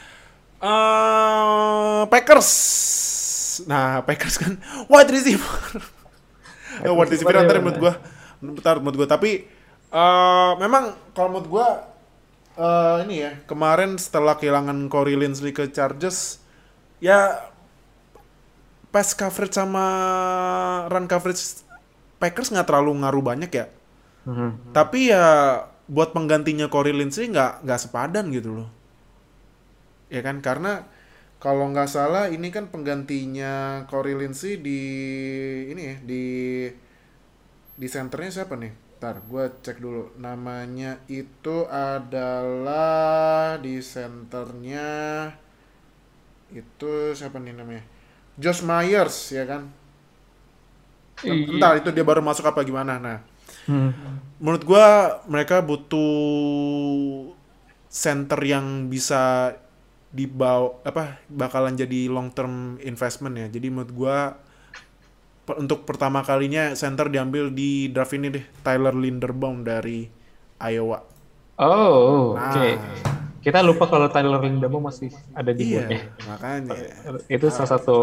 eh Packers. Nah, Packers kan wide receiver. Ya, wide receiver antar menurut gua. Bentar menurut gua, tapi eh memang kalau menurut gua eh ini ya, kemarin setelah kehilangan Corey Linsley ke Chargers, ya pass coverage sama run coverage Packers nggak terlalu ngaruh banyak ya. Mm-hmm. Tapi ya buat penggantinya Corey Linsley nggak nggak sepadan gitu loh. Ya kan, karena kalau nggak salah ini kan penggantinya Corey Linsley di ini ya, di di centernya siapa nih? Ntar gue cek dulu. Namanya itu adalah di centernya itu siapa nih namanya? Josh Myers ya kan? Entar itu dia baru masuk apa gimana? Nah, Hmm. menurut gua mereka butuh center yang bisa dibawa apa bakalan jadi long term investment ya. Jadi menurut gua per, untuk pertama kalinya center diambil di draft ini deh, Tyler Linderbaum dari Iowa. Oh, Nah, oke. Kita lupa kalau Tyler Linderbaum masih ada di iya, boardnya. makanya. Itu salah satu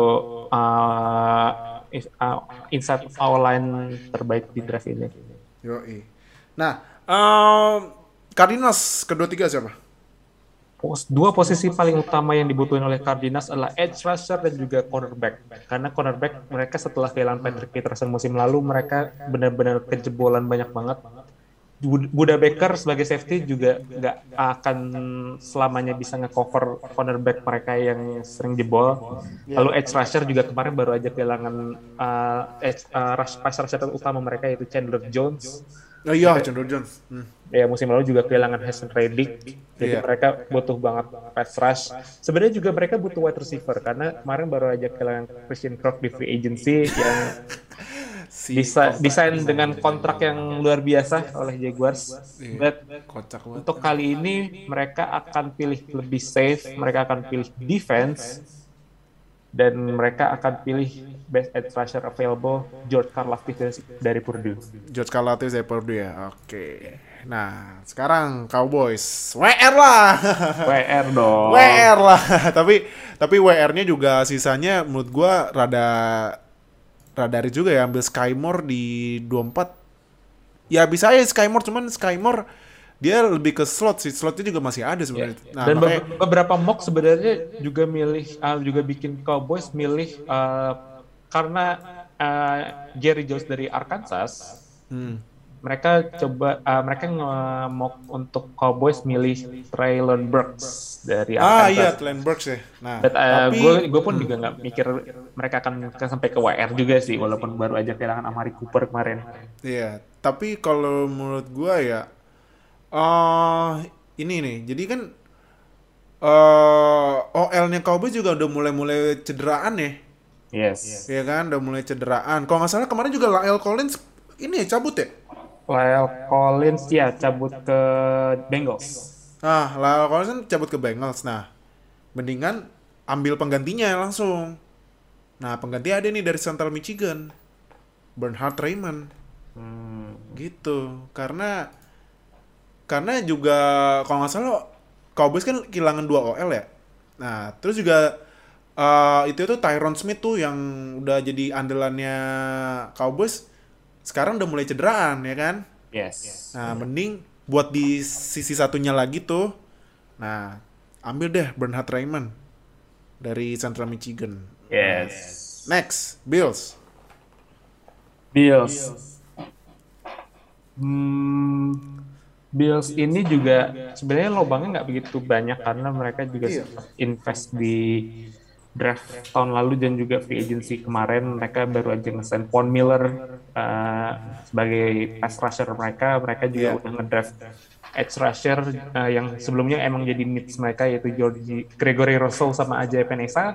uh, is- uh, inside our line terbaik di draft ini. Yoi. Nah, um, Cardinals kedua tiga siapa? Pos- Dua posisi paling utama yang dibutuhin oleh Cardinals adalah edge rusher dan juga cornerback. Karena cornerback mereka setelah kehilangan Patrick Peterson musim lalu, mereka benar-benar kejebolan banyak banget. Bud- Buda Baker sebagai safety juga nggak akan selamanya bisa nge-cover cornerback mereka yang sering jebol. Lalu edge rusher juga kemarin baru aja kehilangan uh, edge, uh, rush, pass rusher utama mereka yaitu Chandler Jones. Oh iya, Chandler Jones. Hmm. Ya musim lalu juga kehilangan Hassan Reddick. Jadi Iya. mereka butuh banget pass rush. Sebenarnya juga mereka butuh wide receiver karena kemarin baru aja kehilangan Christian Kirk di free agency yang Si bisa desain dengan kontrak yang luar biasa oleh Jaguars. Iya, But kocak banget. untuk kali ini mereka akan pilih lebih safe, mereka akan pilih defense, dan mereka akan pilih best edge rusher available George Karlaftis dari Purdue. George Karlaftis dari Purdue ya. Oke. Nah, sekarang Cowboys. W R lah. W R dong. W R lah. tapi tapi W R-nya juga sisanya menurut gua rada rada rada juga ya, ambil Sky Moore di dua puluh empat. Ya bisa aja Sky Moore, cuman Sky Moore dia lebih ke slot sih. Slotnya juga masih ada sebenarnya. Ya. Nah, Dan makanya, be- beberapa mock sebenarnya juga milih uh, juga bikin Cowboys milih uh, karena uh, Jerry Jones dari Arkansas. hmm. Mereka coba uh, mereka nge-mock untuk Cowboys milih Traylon Burks dari Ah Arkansas. iya, Glenn Burks ya. Nah, But, uh, tapi gue gue pun juga nggak mikir mereka akan akan sampai ke W R juga sih, walaupun baru aja kehilangan Amari Cooper kemarin. iya, tapi kalau menurut gua ya eh ini nih. Jadi kan eh O L-nya Cowboys juga udah mulai-mulai cederaan ya. Yes. Iya kan, udah mulai cederaan. Kalau nggak salah kemarin juga La'el Collins ini ya cabut ya. Lyle Collins ya cabut ke Bengals. Nah, La'el Collins kan cabut ke Bengals. Nah, mendingan ambil penggantinya langsung. Nah, pengganti ada nih dari Central Michigan, Bernhard Raimann. Hmm. Gitu. Karena karena juga kalau nggak salah Cowboys kan kehilangan dua O L ya. Nah, terus juga uh, itu tuh Tyron Smith tuh yang udah jadi andalannya Cowboys sekarang udah mulai cederaan ya kan. Yes. Nah, mending buat di sisi satunya lagi tuh. Nah, ambil deh Bernhard Raimann dari Central Michigan. Yes. Next, Bills. Bills. Hmm, Bills ini juga sebenarnya lobangnya nggak begitu banyak karena mereka juga Iya. sempat invest di draft tahun lalu dan juga free agency kemarin. Mereka baru aja nge-sign Von Miller uh, sebagai pass rusher mereka. Mereka juga Iya. udah nge-draft edge rusher uh, yang sebelumnya emang jadi needs mereka, yaitu Georgie, Gregory Rousseau sama Ajayi Penesa.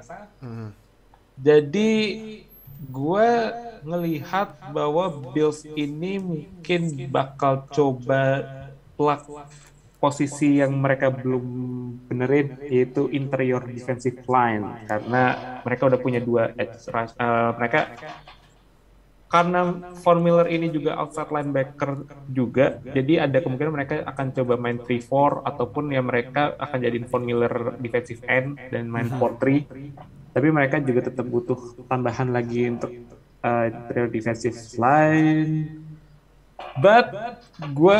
Jadi gue ngelihat bahwa Bills ini mungkin bakal coba plug posisi yang mereka belum benerin, yaitu interior defensive line, karena mereka udah punya dua edge rush. Uh, mereka karena Von Miller ini juga outside linebacker juga, jadi ada kemungkinan mereka akan coba main three four ataupun ya mereka akan jadiin Von Miller defensive end dan main four three. Tapi mereka juga tetap butuh tambahan lagi untuk uh, interior defensive line. But gue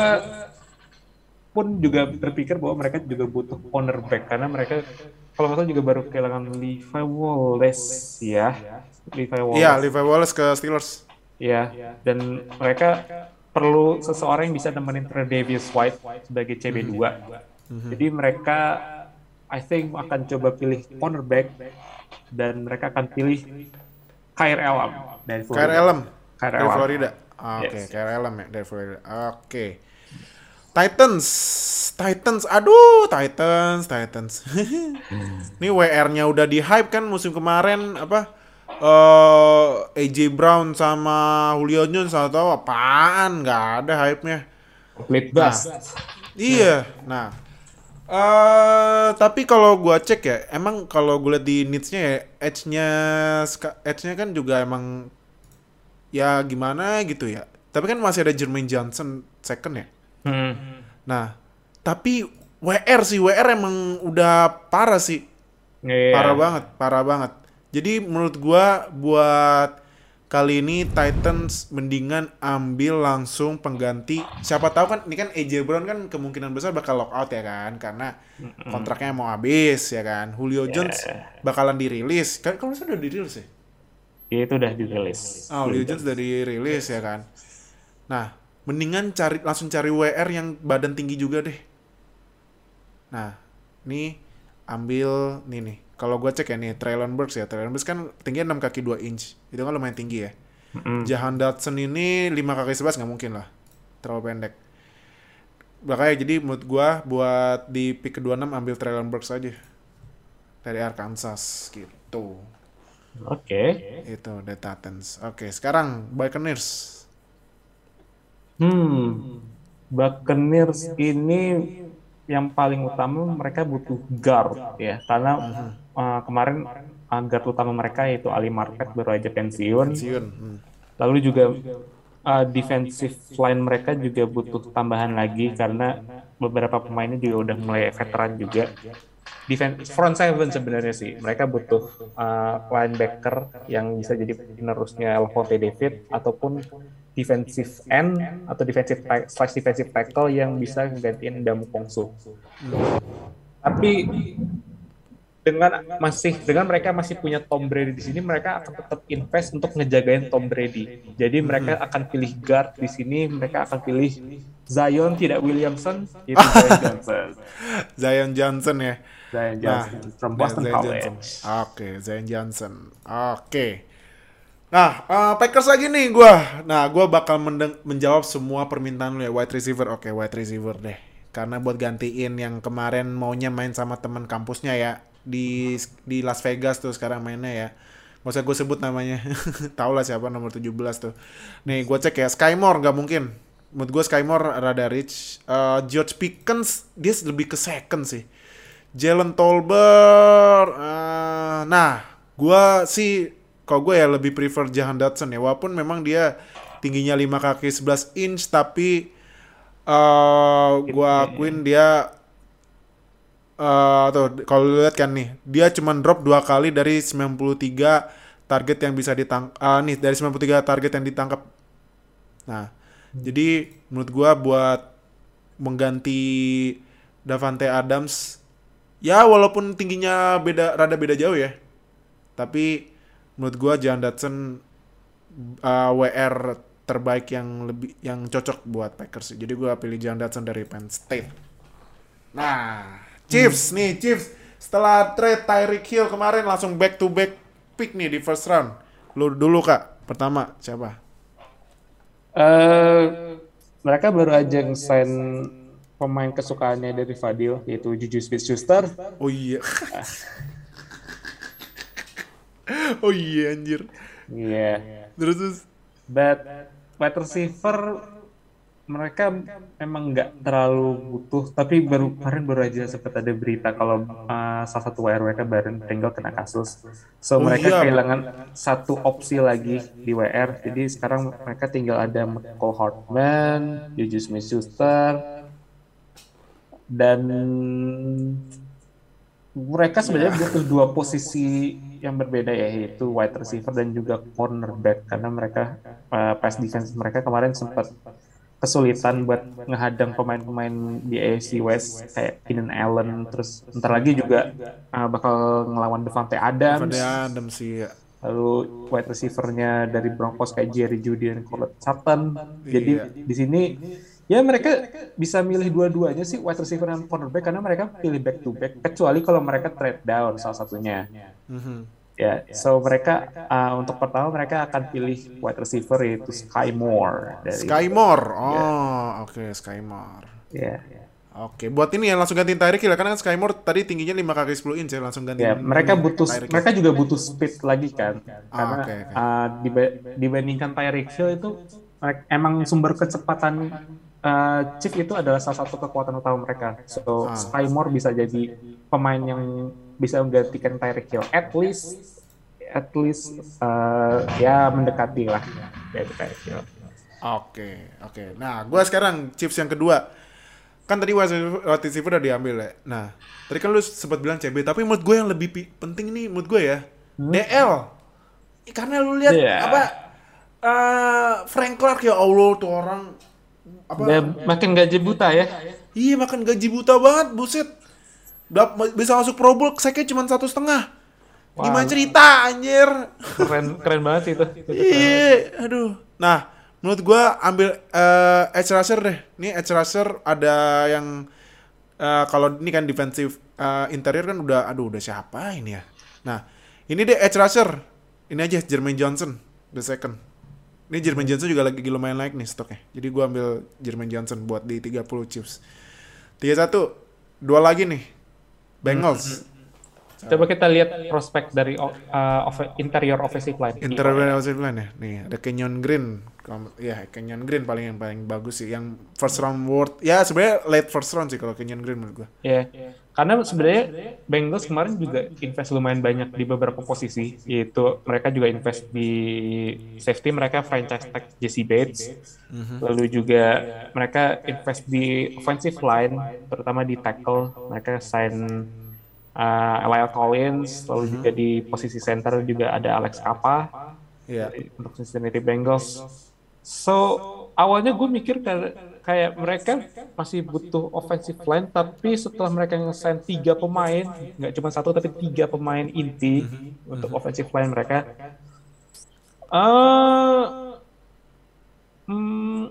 pun juga berpikir bahwa mereka juga butuh cornerback karena mereka kalau nggak salah juga baru kehilangan Levi Wallace ya. Levi Wallace. Iya, Levi Wallace ke Steelers. Ya, dan mereka perlu seseorang yang bisa nemenin Tre'Davious White sebagai C B dua. Mm-hmm. Jadi mereka I think akan coba pilih cornerback dan mereka akan pilih Kyle Elam dari Florida. Kyle Elam Kyle dari Elam. Florida. Oke, okay, Yes. Kyle Elam ya dari Florida. Oke. Okay. Titans, Titans, aduh Titans, Titans. Ini W R-nya udah di hype kan musim kemarin apa? Uh, A J Brown sama Julio Jones atau apaan? Nggak ada hype-nya. Complete bust. Nah, iya. Nah, uh, tapi kalau gua cek ya, emang kalau gue liat di needs-nya ya, edge-nya, edge-nya kan juga emang ya gimana gitu ya. Tapi kan masih ada Jermaine Johnson second ya. Hmm. Nah, tapi W R sih, W R emang udah parah sih. Yeah. Parah banget, parah banget. Jadi menurut gua buat kali ini Titans mendingan ambil langsung pengganti. Siapa tahu kan ini kan A J Brown kan kemungkinan besar bakal lock out ya kan karena kontraknya mau habis ya kan. Julio Yeah. Jones bakalan dirilis. Kan kalau sudah dirilis ya? Itu udah dirilis. Oh, Julio Jones udah dirilis ya kan. Nah, mendingan cari langsung cari W R yang badan tinggi juga deh. Nah, nih ambil nih nih. Kalau gue cek ya nih Treylon Burks ya. Treylon Burks kan tingginya enam kaki dua inch. Itu kan lumayan tinggi ya. Mm-hmm. Jahan Dotson ini lima kaki sebelas nggak mungkin lah. Terlalu pendek. Makanya jadi menurut gue buat di pick kedua puluh enam ambil Treylon Burks aja. Dari Arkansas gitu. Oke. Okay. Itu The Titans. Oke, sekarang Buccaneers. Hmm, Buccaneers ini yang paling utama mereka butuh guard ya, karena uh-huh. uh, kemarin uh, guard utama mereka yaitu Ali Marpet baru aja pensiun. Pensiun. Hmm. Lalu juga uh, defensive line mereka juga butuh tambahan lagi karena beberapa pemainnya juga udah mulai veteran juga. Defense front seven sebenarnya sih mereka butuh uh, linebacker yang bisa jadi penerusnya Lavonte David ataupun defensive end atau defensive slash defensive tackle yang bisa menggantiin Damu Kongsu. Hmm. Tapi dengan masih dengan mereka masih punya Tom Brady di sini, mereka akan tetap invest untuk ngejagain Tom Brady. Jadi mereka akan pilih guard di sini, mereka akan pilih Zion tidak Williamson, itu Zion Johnson. Zion Johnson ya. Zion Johnson nah, from Boston Zion College. Oke, okay, Zion Johnson. Oke. Okay. Nah, uh, Packers lagi nih gue. Nah, gue bakal mendeng- menjawab semua permintaan lu ya. Wide receiver, oke, okay, wide receiver deh. Karena buat gantiin yang kemarin maunya main sama teman kampusnya ya. Di di Las Vegas tuh sekarang mainnya ya. Gak usah gue sebut namanya. Tau lah siapa nomor tujuh belas tuh. Nih, gue cek ya. Sky Moore gak mungkin. Menurut gue Sky Moore rada rich. Uh, George Pickens, dia lebih ke second sih. Jalen Tolbert. Uh, nah, gue sih... Kalau gue ya lebih prefer Jahan Dotson ya. Walaupun memang dia tingginya lima kaki sebelas inch. Tapi uh, gue akuin dia uh, tuh kalau lihat kan nih, dia cuma drop dua kali dari sembilan puluh tiga target yang bisa ditangkap. Uh, nih dari sembilan puluh tiga target yang ditangkap. Nah, hmm. jadi menurut gue buat mengganti Davante Adams ya walaupun tingginya beda rada beda jauh ya. Tapi menurut gua Jalen Dotson uh, W R terbaik yang lebih yang cocok buat Packers. Jadi gua pilih Jalen Dotson dari Penn State. Nah, Chiefs hmm. nih, Chiefs setelah trade Tyreek Hill kemarin langsung back to back pick nih di first round. Lu dulu Kak, pertama siapa? Uh, mereka baru aja nge-sign pemain kesukaannya dari Fadil, yaitu Juju Smith-Schuster. Oh iya. oh iya anjir. Iya. Yeah. Terus terus. But wide receiver mereka emang nggak terlalu butuh, tapi baru kemarin baru aja sempat ada berita kalau uh, salah satu W R mereka Baron Pringle kena kasus, so oh, mereka iya. kehilangan satu opsi lagi di W R, jadi sekarang mereka tinggal ada Michael Hartman, Juju Smith-Schuster, dan mereka sebenarnya butuh dua posisi yang berbeda ya, yaitu wide receiver dan juga cornerback, karena mereka uh, pass defense mereka kemarin sempat kesulitan buat ngehadang pemain-pemain di A F C West kayak Keenan Allen, terus ntar lagi juga uh, bakal ngelawan Devontae Adams. Devontae Adams sih. Ya. Lalu wide receiver-nya dari Broncos kayak Jerry Jeudy dan Courtland Sutton. Jadi iya. di sini ya mereka bisa milih dua-duanya sih, wide receiver dan cornerback, karena mereka pilih back to back kecuali kalau mereka trade down salah satunya. Mm-hmm. Ya, yeah, so mereka uh, untuk pertama mereka akan pilih wide receiver yaitu Sky Moore. Dari Sky Moore, oh yeah. oke okay, Sky Moore. Ya. Yeah. Oke, okay. Buat ini ya langsung gantiin Tyreek Hill, karena kan Sky Moore tadi tingginya lima kaki sepuluh inch ya, langsung gantiin. Ya, yeah, mereka butuh, mereka juga butuh speed lagi kan, ah, karena okay, okay. Uh, diba- dibandingkan Tyreek Hill itu emang sumber kecepatan uh, Chief itu adalah salah satu kekuatan utama mereka. So ah. Sky Moore bisa jadi pemain yang bisa menggantikan Tyreek Hill, at least at least uh, ya mendekati lah dari Tyreek Hill. Oke, oke. Nah, gue sekarang Chiefs yang kedua. Kan tadi wide receiver udah diambil ya. Nah, tadi kan lu sempat bilang C B, tapi menurut gue yang lebih pi- penting nih menurut gue ya, hmm? D L. Karena lu lihat yeah. apa uh, Frank Clark, ya Allah tuh orang apa udah makin gaji buta ya. Iya, makan gaji buta banget, buset. Bisa masuk Pro Bowl, seknya cuma satu setengah. Wow. Gimana cerita, anjir? Keren, keren banget sih itu. Iya, aduh. Nah, menurut gue ambil uh, edge rusher deh. Ini edge rusher ada yang uh, kalau ini kan defensive uh, interior kan udah, aduh udah siapa ini ya? Nah, ini deh edge rusher. Ini aja Jermaine Johnson, the second. Ini Jermaine Johnson juga lagi lumayan naik nih stoknya. Jadi gue ambil Jermaine Johnson buat di tiga puluh Chiefs. tiga satu, dua lagi nih. Bengals. Hmm. Coba kita lihat prospek dari uh, of, interior offensive line. Interior offensive line ya. Nih, ada Kenyon Green. Ya, Kenyon Green paling yang paling bagus sih, yang first round worth. Ya, sebenarnya late first round sih kalau Kenyon Green menurut gua. Iya. Yeah. Karena sebenarnya Bengals kemarin juga invest lumayan banyak di beberapa posisi, yaitu mereka juga invest di safety, mereka franchise tag Jesse Bates. Mm-hmm. Lalu juga mereka invest di offensive line, terutama di tackle. Mereka sign Uh, Lyle Collins, lalu juga di posisi center juga ada Alex Kappa yeah. untuk Cincinnati Bengals. So awalnya gue mikir kayak, kayak mereka masih butuh offensive line, tapi setelah mereka nge-sign tiga pemain, nggak cuma satu tapi tiga pemain inti mm-hmm. untuk offensive line mereka, uh, hmm,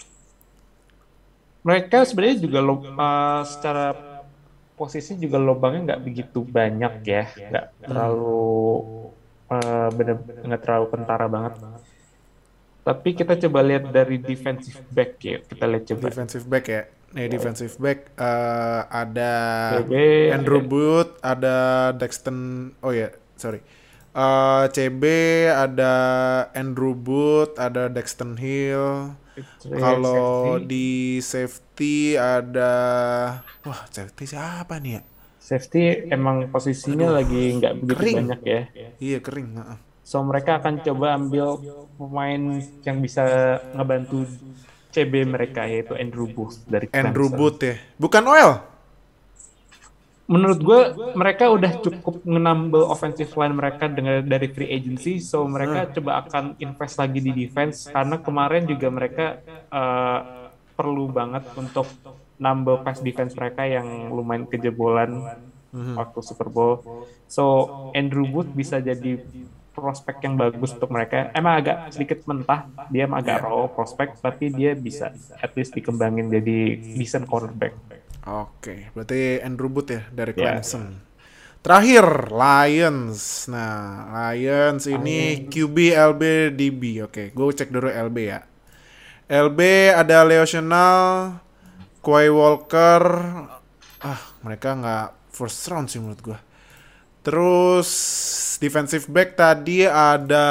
mereka sebenarnya juga lo, uh, secara posisi juga lubangnya nggak begitu banyak ya, nggak terlalu uh, bener-bener nggak terlalu kentara banget. Tapi kita coba lihat dari defensive back ya, kita lihat coba. Defensive back ya, nih defensive back uh, ada C B, Andrew Booth, ada Dexton, oh ya yeah, sorry, uh, C B, ada Andrew Booth, ada Dexton Hill. Kalau di safety ada, wah safety siapa nih ya? Safety emang posisinya Aduh, lagi nggak begitu kering. Banyak ya. Iya kering. Uh-uh. So mereka akan coba ambil pemain yang bisa ngebantu C B mereka, yaitu Andrew Booth dari Clemson. Andrew Booth ya, bukan Oil. Menurut gue mereka udah cukup ngenambel offensive line mereka dengan dari free agency, so mereka hmm. coba akan invest lagi di defense, karena kemarin juga mereka uh, perlu banget untuk nambel pass defense mereka yang lumayan kejebolan mm-hmm. waktu Super Bowl. So Andrew Booth bisa jadi prospek yang bagus untuk mereka. Emang agak sedikit mentah, dia emang agak raw prospek, tapi dia bisa at least dikembangin jadi decent quarterback. Oke, berarti Andrew Booth ya dari Yeah. Clemson. Terakhir Lions. Nah, Lions ini Q B L B D B. Oke, gue cek dulu L B ya. L B ada Leo Chenal, Quay Walker. Ah, mereka nggak first round sih menurut gue. Terus defensive back tadi ada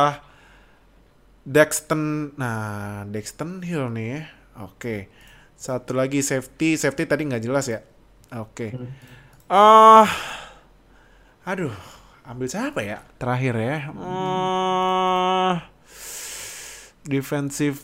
Dexton. Nah, Dexton Hill nih ya. Oke. Satu lagi safety. Safety tadi nggak jelas ya. Oke. Ah, uh, aduh. Ambil siapa ya? Terakhir ya. Uh, defensive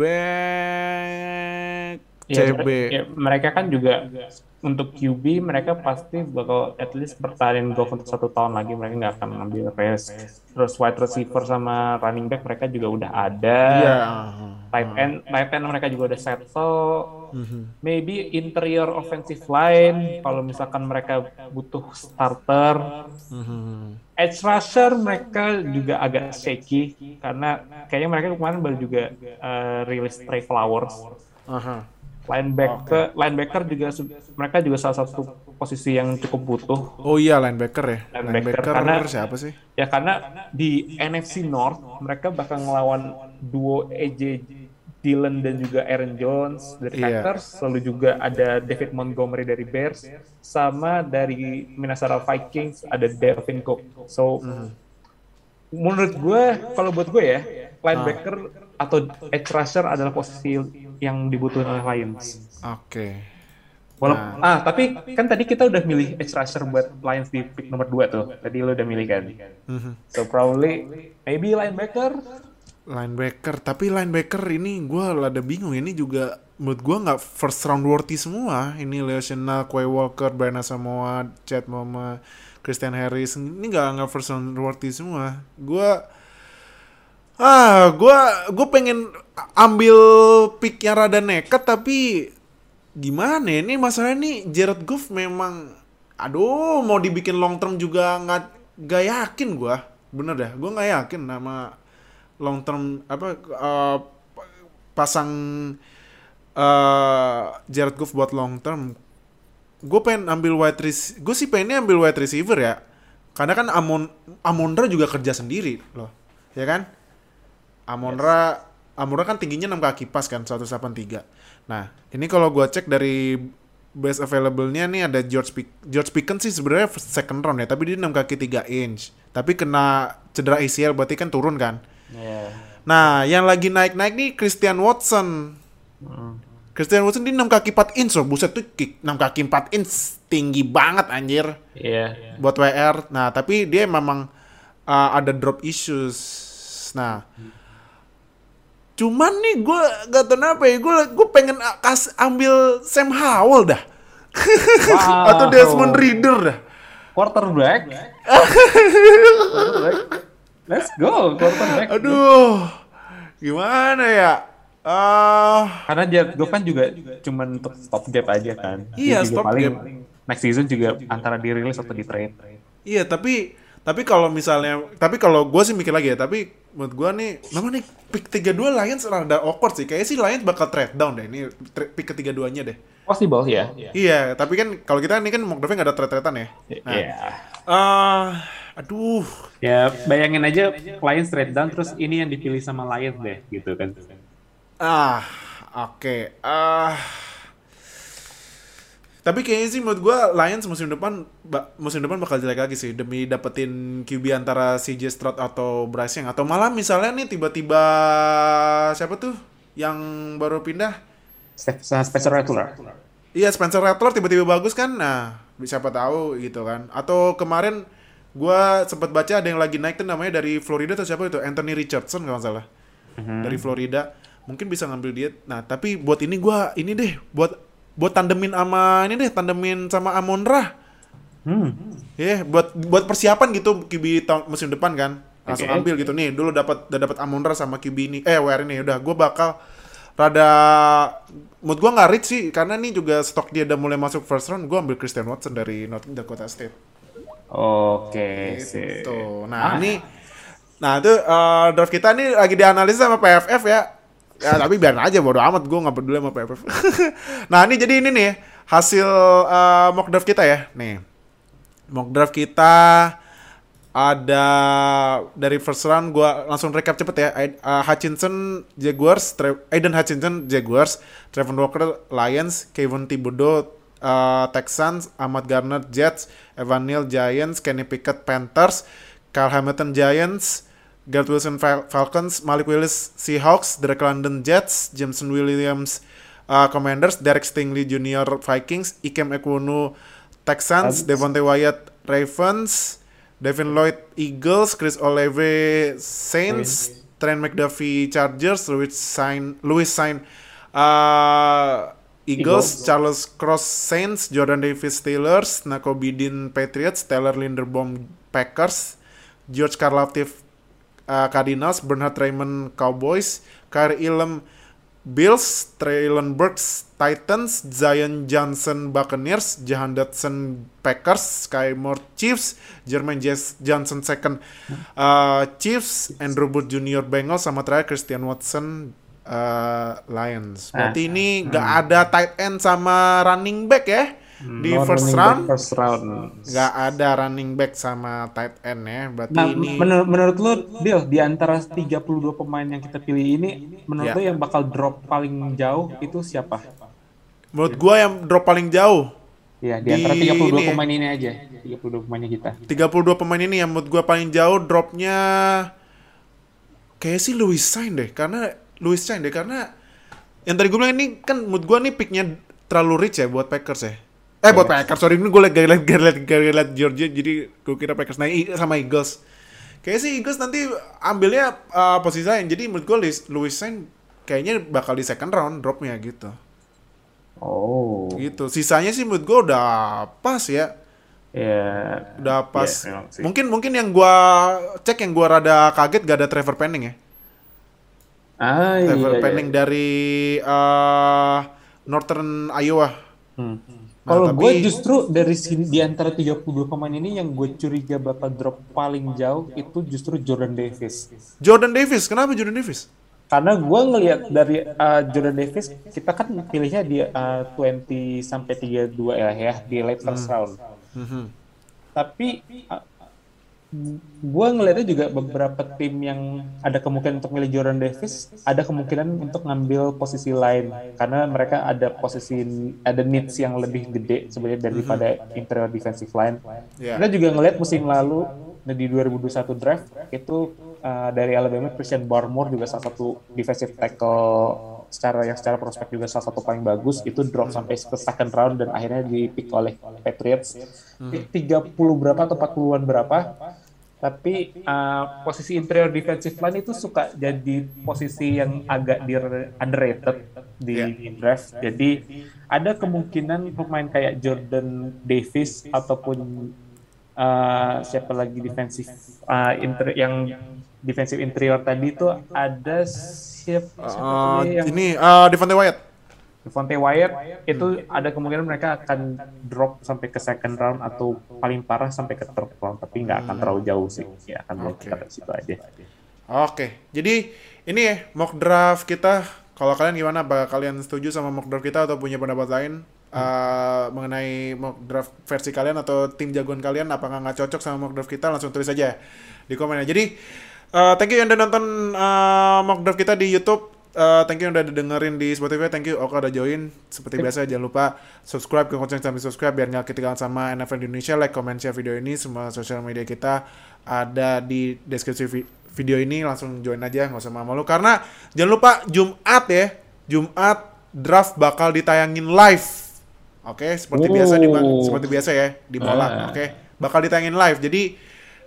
back Ya, C B. Ya, mereka kan juga untuk Q B mereka pasti bakal at least bertahan golf untuk satu tahun lagi, mereka nggak akan ngambil rest. Terus wide receiver sama running back mereka juga udah ada. Iya. Tight end, tight end mereka juga udah settle. Mm-hmm. Maybe interior offensive line kalau misalkan mereka butuh starter. Mm-hmm. Edge rusher mereka juga agak shaky karena kayaknya mereka kemarin baru juga uh, rilis Trey Flowers. Uh-huh. Linebacker, okay. linebacker juga mereka juga salah satu posisi yang cukup butuh. Oh iya linebacker ya. Linebacker, linebacker karena siapa sih? Ya karena di N F C North mereka bakal ngelawan duo A J Dillon dan juga Aaron Jones dari yeah. Packers, lalu juga ada David Montgomery dari Bears, sama dari Minnesota Vikings ada Dalvin Cook. So mm. menurut gue, kalau buat gue ya, linebacker ah. atau edge rusher adalah posisi yang dibutuhkan oleh Lions. Oke. Okay. Walaupun, nah. ah tapi kan tadi kita udah milih edge rusher buat Lions di pick nomor dua tuh. Tadi lo udah milih kan. Mm-hmm. So probably maybe linebacker. Linebacker, tapi linebacker ini gue rada bingung. Ini juga menurut gue nggak first round worthy semua. Ini Leo Chenal, Quay Walker, Brian Asamoah, Chad Moma, Christian Harris. Ini nggak nggak first round worthy semua. Gue Ah, gue gue pengen ambil pick yang rada nekat, tapi gimana ya? Ini masalahnya nih Jared Goff memang, aduh, mau dibikin long term juga nggak nggak yakin gue, bener dah, gue nggak yakin nama long term apa uh, pasang uh, Jared Goff buat long term. Gue pengen ambil wide receiver, gue sih pengennya ambil wide receiver ya, karena kan Amon Amon-Ra juga kerja sendiri loh, ya kan? Amon-Ra, yes. Amon-Ra kan tingginya enam kaki pas kan, seratus delapan puluh tiga. Nah, ini kalau gue cek dari best available-nya nih ada George Pick, George Pickens sih sebenarnya second round ya, tapi dia enam kaki tiga inch. Tapi kena cedera A C L, berarti kan turun kan. Yeah. Nah, yang lagi naik-naik nih Christian Watson. Mm. Christian Watson dia enam kaki empat inch loh, buset tuh kick enam kaki empat inch, tinggi banget anjir. Iya. Yeah. Buat W R. Nah, tapi dia memang uh, ada drop issues. Nah, mm. cuman nih gue gak tau kenapa ya, gue gue pengen kas ambil Sam Howell dah. Wow. Atau Desmond Ridder dah. Quarterback. Quarterback. Let's go, quarterback. Aduh, gimana ya? Uh... Karena Jared Goff kan juga cuman untuk stop gap aja kan. Iya, stop gap. Next season juga antara dirilis atau di trade. Iya, tapi tapi kalau misalnya, tapi kalau gue sih mikir lagi ya, tapi menurut gue nih, memang nih pick tiga puluh dua Lions rada awkward sih. Kayaknya sih Lions bakal trade down deh, ini pick ke tiga puluh duanya deh. Possible ya. Yeah. Iya, tapi kan kalau kita ini kan mock draft-nya nggak ada trade-tradean ya. Nah, yeah. uh, aduh. Ya bayangin aja Lions trade down, terus ini yang dipilih sama Lions deh, gitu kan. Ah, oke. Okay. Ah. Tapi kayaknya sih menurut gue Lions musim depan musim depan bakal jelek lagi sih demi dapetin Q B antara C J Stroud atau Bryce Young, atau malah misalnya nih tiba-tiba siapa tuh yang baru pindah? Spencer Rattler. Iya, Spencer Rattler tiba-tiba bagus kan. Nah, siapa tahu gitu kan. Atau kemarin gue sempat baca ada yang lagi naik tuh namanya dari Florida atau siapa itu, Anthony Richardson kalau nggak salah. Mm-hmm. Dari Florida. Mungkin bisa ngambil dia. Nah, tapi buat ini gue ini deh buat buat tandemin sama ini deh, tandemin sama Amon-Ra. Hmm. Ya, yeah, buat buat persiapan gitu Q B tahun musim depan kan. Langsung okay. ambil gitu nih. Dulu dapat udah dapat Amon-Ra sama Q B ini. Eh, W R ini udah gue bakal rada mood gua nggak reach sih karena nih juga stok dia udah mulai masuk first round. Gua ambil Christian Watson dari North Dakota State. Oke, sih. Gitu. Nah, ah. ini nah itu uh, draft kita nih lagi dianalisis sama P F F ya. Ya tapi biarin aja, bodo amat, gue nggak peduli sama P F F. Nah ini jadi ini nih hasil uh, mock draft kita ya. Nih mock draft kita ada dari first round, gue langsung recap cepet ya. Uh, Hutchinson Jaguars, Tra- Aiden Hutchinson Jaguars, Trevor Walker Lions, Kayvon Thibodeau uh, Texans, Ahmad Garner Jets, Evan Neal Giants, Kenny Pickett Panthers, Kyle Hamilton Giants, Garrett Wilson Fal- Falcons, Malik Willis Seahawks, Drake London Jets, Jameson Williams uh, Commanders, Derek Stingley Junior Vikings, Ikem Ekwonu Texans, um, Devontae Wyatt Ravens, Devin Lloyd Eagles, Chris Olave Saints, okay. Trent McDuffie Chargers, Louis Sain Louis Sain uh, Eagles, Eagles, Charles Cross Saints, Jordan Davis Steelers, Nakobe Dean Patriots, Taylor Linderbaum Packers, George Karlaftis uh, Cardinals, Bernhard Raymond Cowboys, Kyrie Elam Bills, Traylon Burks Titans, Zion Johnson Buccaneers, Jahan Dotson Packers, Sky Moore Chiefs, Jermaine J- Johnson second uh, Chiefs, Andrew Booth Junior Bengals, sama terakhir Christian Watson uh, Lions. Berarti ah. ini nggak hmm. ada tight end sama running back ya? Di no first round, first round nggak ada running back sama tight end ya. Berarti nah, ini menur- menurut lu Bill, di antara tiga puluh dua pemain yang kita pilih ini, menurut yeah. lu yang bakal drop paling jauh itu siapa? Menurut gua yang drop paling jauh ya di, di antara tiga puluh dua ini, pemain ini aja tiga puluh dua pemainnya kita tiga puluh dua pemain ini yang menurut gua paling jauh dropnya kayak sih Louis Sain deh. Karena Louis Sain deh karena yang tadi gua bilang ini kan menurut gua nih picknya terlalu rich ya buat Packers ya. Eh buat Packers, sorry ini gue liat liat Georgia jadi gue kira Packers. Nah sama Eagles, kayaknya sih Eagles nanti ambilnya uh, posisi lain. Jadi menurut gue Louis Sain kayaknya bakal di second round dropnya gitu. Oh. Gitu. Sisanya sih menurut gue udah pas ya. Ya. Yeah. Udah pas. Yeah, mungkin mungkin yang gue cek yang gue rada kaget gak ada Trevor Penning ya. Ah, Trevor iya, Penning iya. dari uh, Northern Iowa. Hmm. Nah, kalau tapi... gue justru dari sini di antara tiga puluh dua pemain ini yang gue curiga bakal drop paling jauh itu justru Jordan Davis. Jordan Davis, kenapa Jordan Davis? Karena gue ngelihat dari uh, Jordan Davis, kita kan pilihnya di uh, dua puluh sampai tiga puluh dua ya, ya di late first hmm. round. Mm-hmm. Tapi uh, gue ngelihatnya juga beberapa tim yang ada kemungkinan untuk milih Jordan Davis, ada kemungkinan untuk ngambil posisi lain karena mereka ada posisi ada needs yang lebih gede sebenarnya daripada mm-hmm. interior defensive line. Yeah. Kita juga ngelihat musim lalu di dua ribu dua puluh satu draft itu uh, dari Alabama Christian Barmore juga salah satu defensive tackle secara yang secara prospek juga salah satu paling bagus itu drop sampai ke second round dan akhirnya dipick oleh Patriots mm-hmm. tiga puluh berapa atau empat puluhan berapa. Tapi uh, posisi interior defensive line itu suka jadi posisi yang agak di underrated di yeah. draft. Jadi ada kemungkinan pemain kayak Jordan Davis ataupun uh, siapa lagi defensive uh, inter- yang defensive interior tadi itu ada siapa, siapa uh, yang ini uh, Devontae Wyatt. Devontae Wyatt itu hmm. ada kemungkinan mereka akan drop sampai ke second round atau paling parah sampai ke third round, tapi nggak akan terlalu jauh sih, ya akan okay. Dari situ aja. Oke, okay. Jadi ini ya mock draft kita. Kalau kalian gimana? Apakah kalian setuju sama mock draft kita atau punya pendapat lain hmm. uh, mengenai mock draft versi kalian atau tim jagoan kalian? Apakah nggak cocok sama mock draft kita? Langsung tulis aja di komen. Jadi uh, thank you yang udah nonton uh, mock draft kita di YouTube. Uh, thank you yang udah dengerin di Spotify. Thank you Oka udah join. Seperti biasa jangan lupa subscribe ke konten sambil subscribe biar nggak ketinggalan sama N F L di Indonesia. Like, comment, share video ini. Semua sosial media kita ada di deskripsi vi- video ini. Langsung join aja, nggak usah malu-malu. Karena jangan lupa Jumat ya, Jumat draft bakal ditayangin live. Oke, okay? seperti oh. biasa di seperti biasa ya di Mola. Uh. Oke, okay? Bakal ditayangin live. Jadi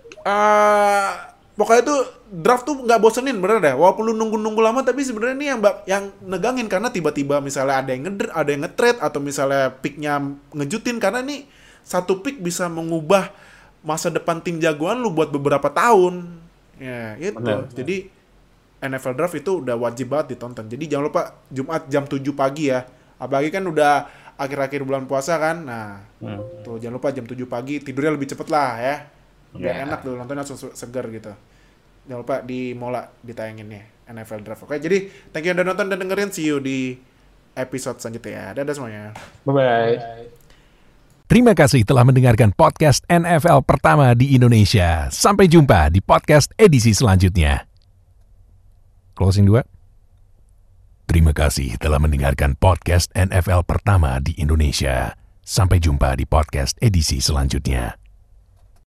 uh, pokoknya tuh draft tuh nggak bosenin bener dah. Walaupun lu nunggu-nunggu lama tapi sebenarnya ini yang yang negangin karena tiba-tiba misalnya ada yang ngeder, ada yang nge-trade atau misalnya picknya ngejutin karena nih satu pick bisa mengubah masa depan tim jagoan lu buat beberapa tahun. Ya, itu. Bener. Jadi N F L Draft itu udah wajib banget ditonton. Jadi jangan lupa Jumat jam tujuh pagi ya. Apalagi kan udah akhir-akhir bulan puasa kan. Nah, hmm. tuh jangan lupa jam tujuh pagi, tidurnya lebih cepet lah ya. Biar yeah. enak tuh nontonnya langsung seger gitu. Jangan lupa di Mola ditayangin nih N F L Draft. Oke, jadi thank you udah nonton dan dengerin. See you di episode selanjutnya ya. Dadah semuanya. Bye-bye. Terima kasih telah mendengarkan podcast N F L pertama di Indonesia. Sampai jumpa di podcast edisi selanjutnya. Closing dua. Terima kasih telah mendengarkan podcast N F L pertama di Indonesia. Sampai jumpa di podcast edisi selanjutnya.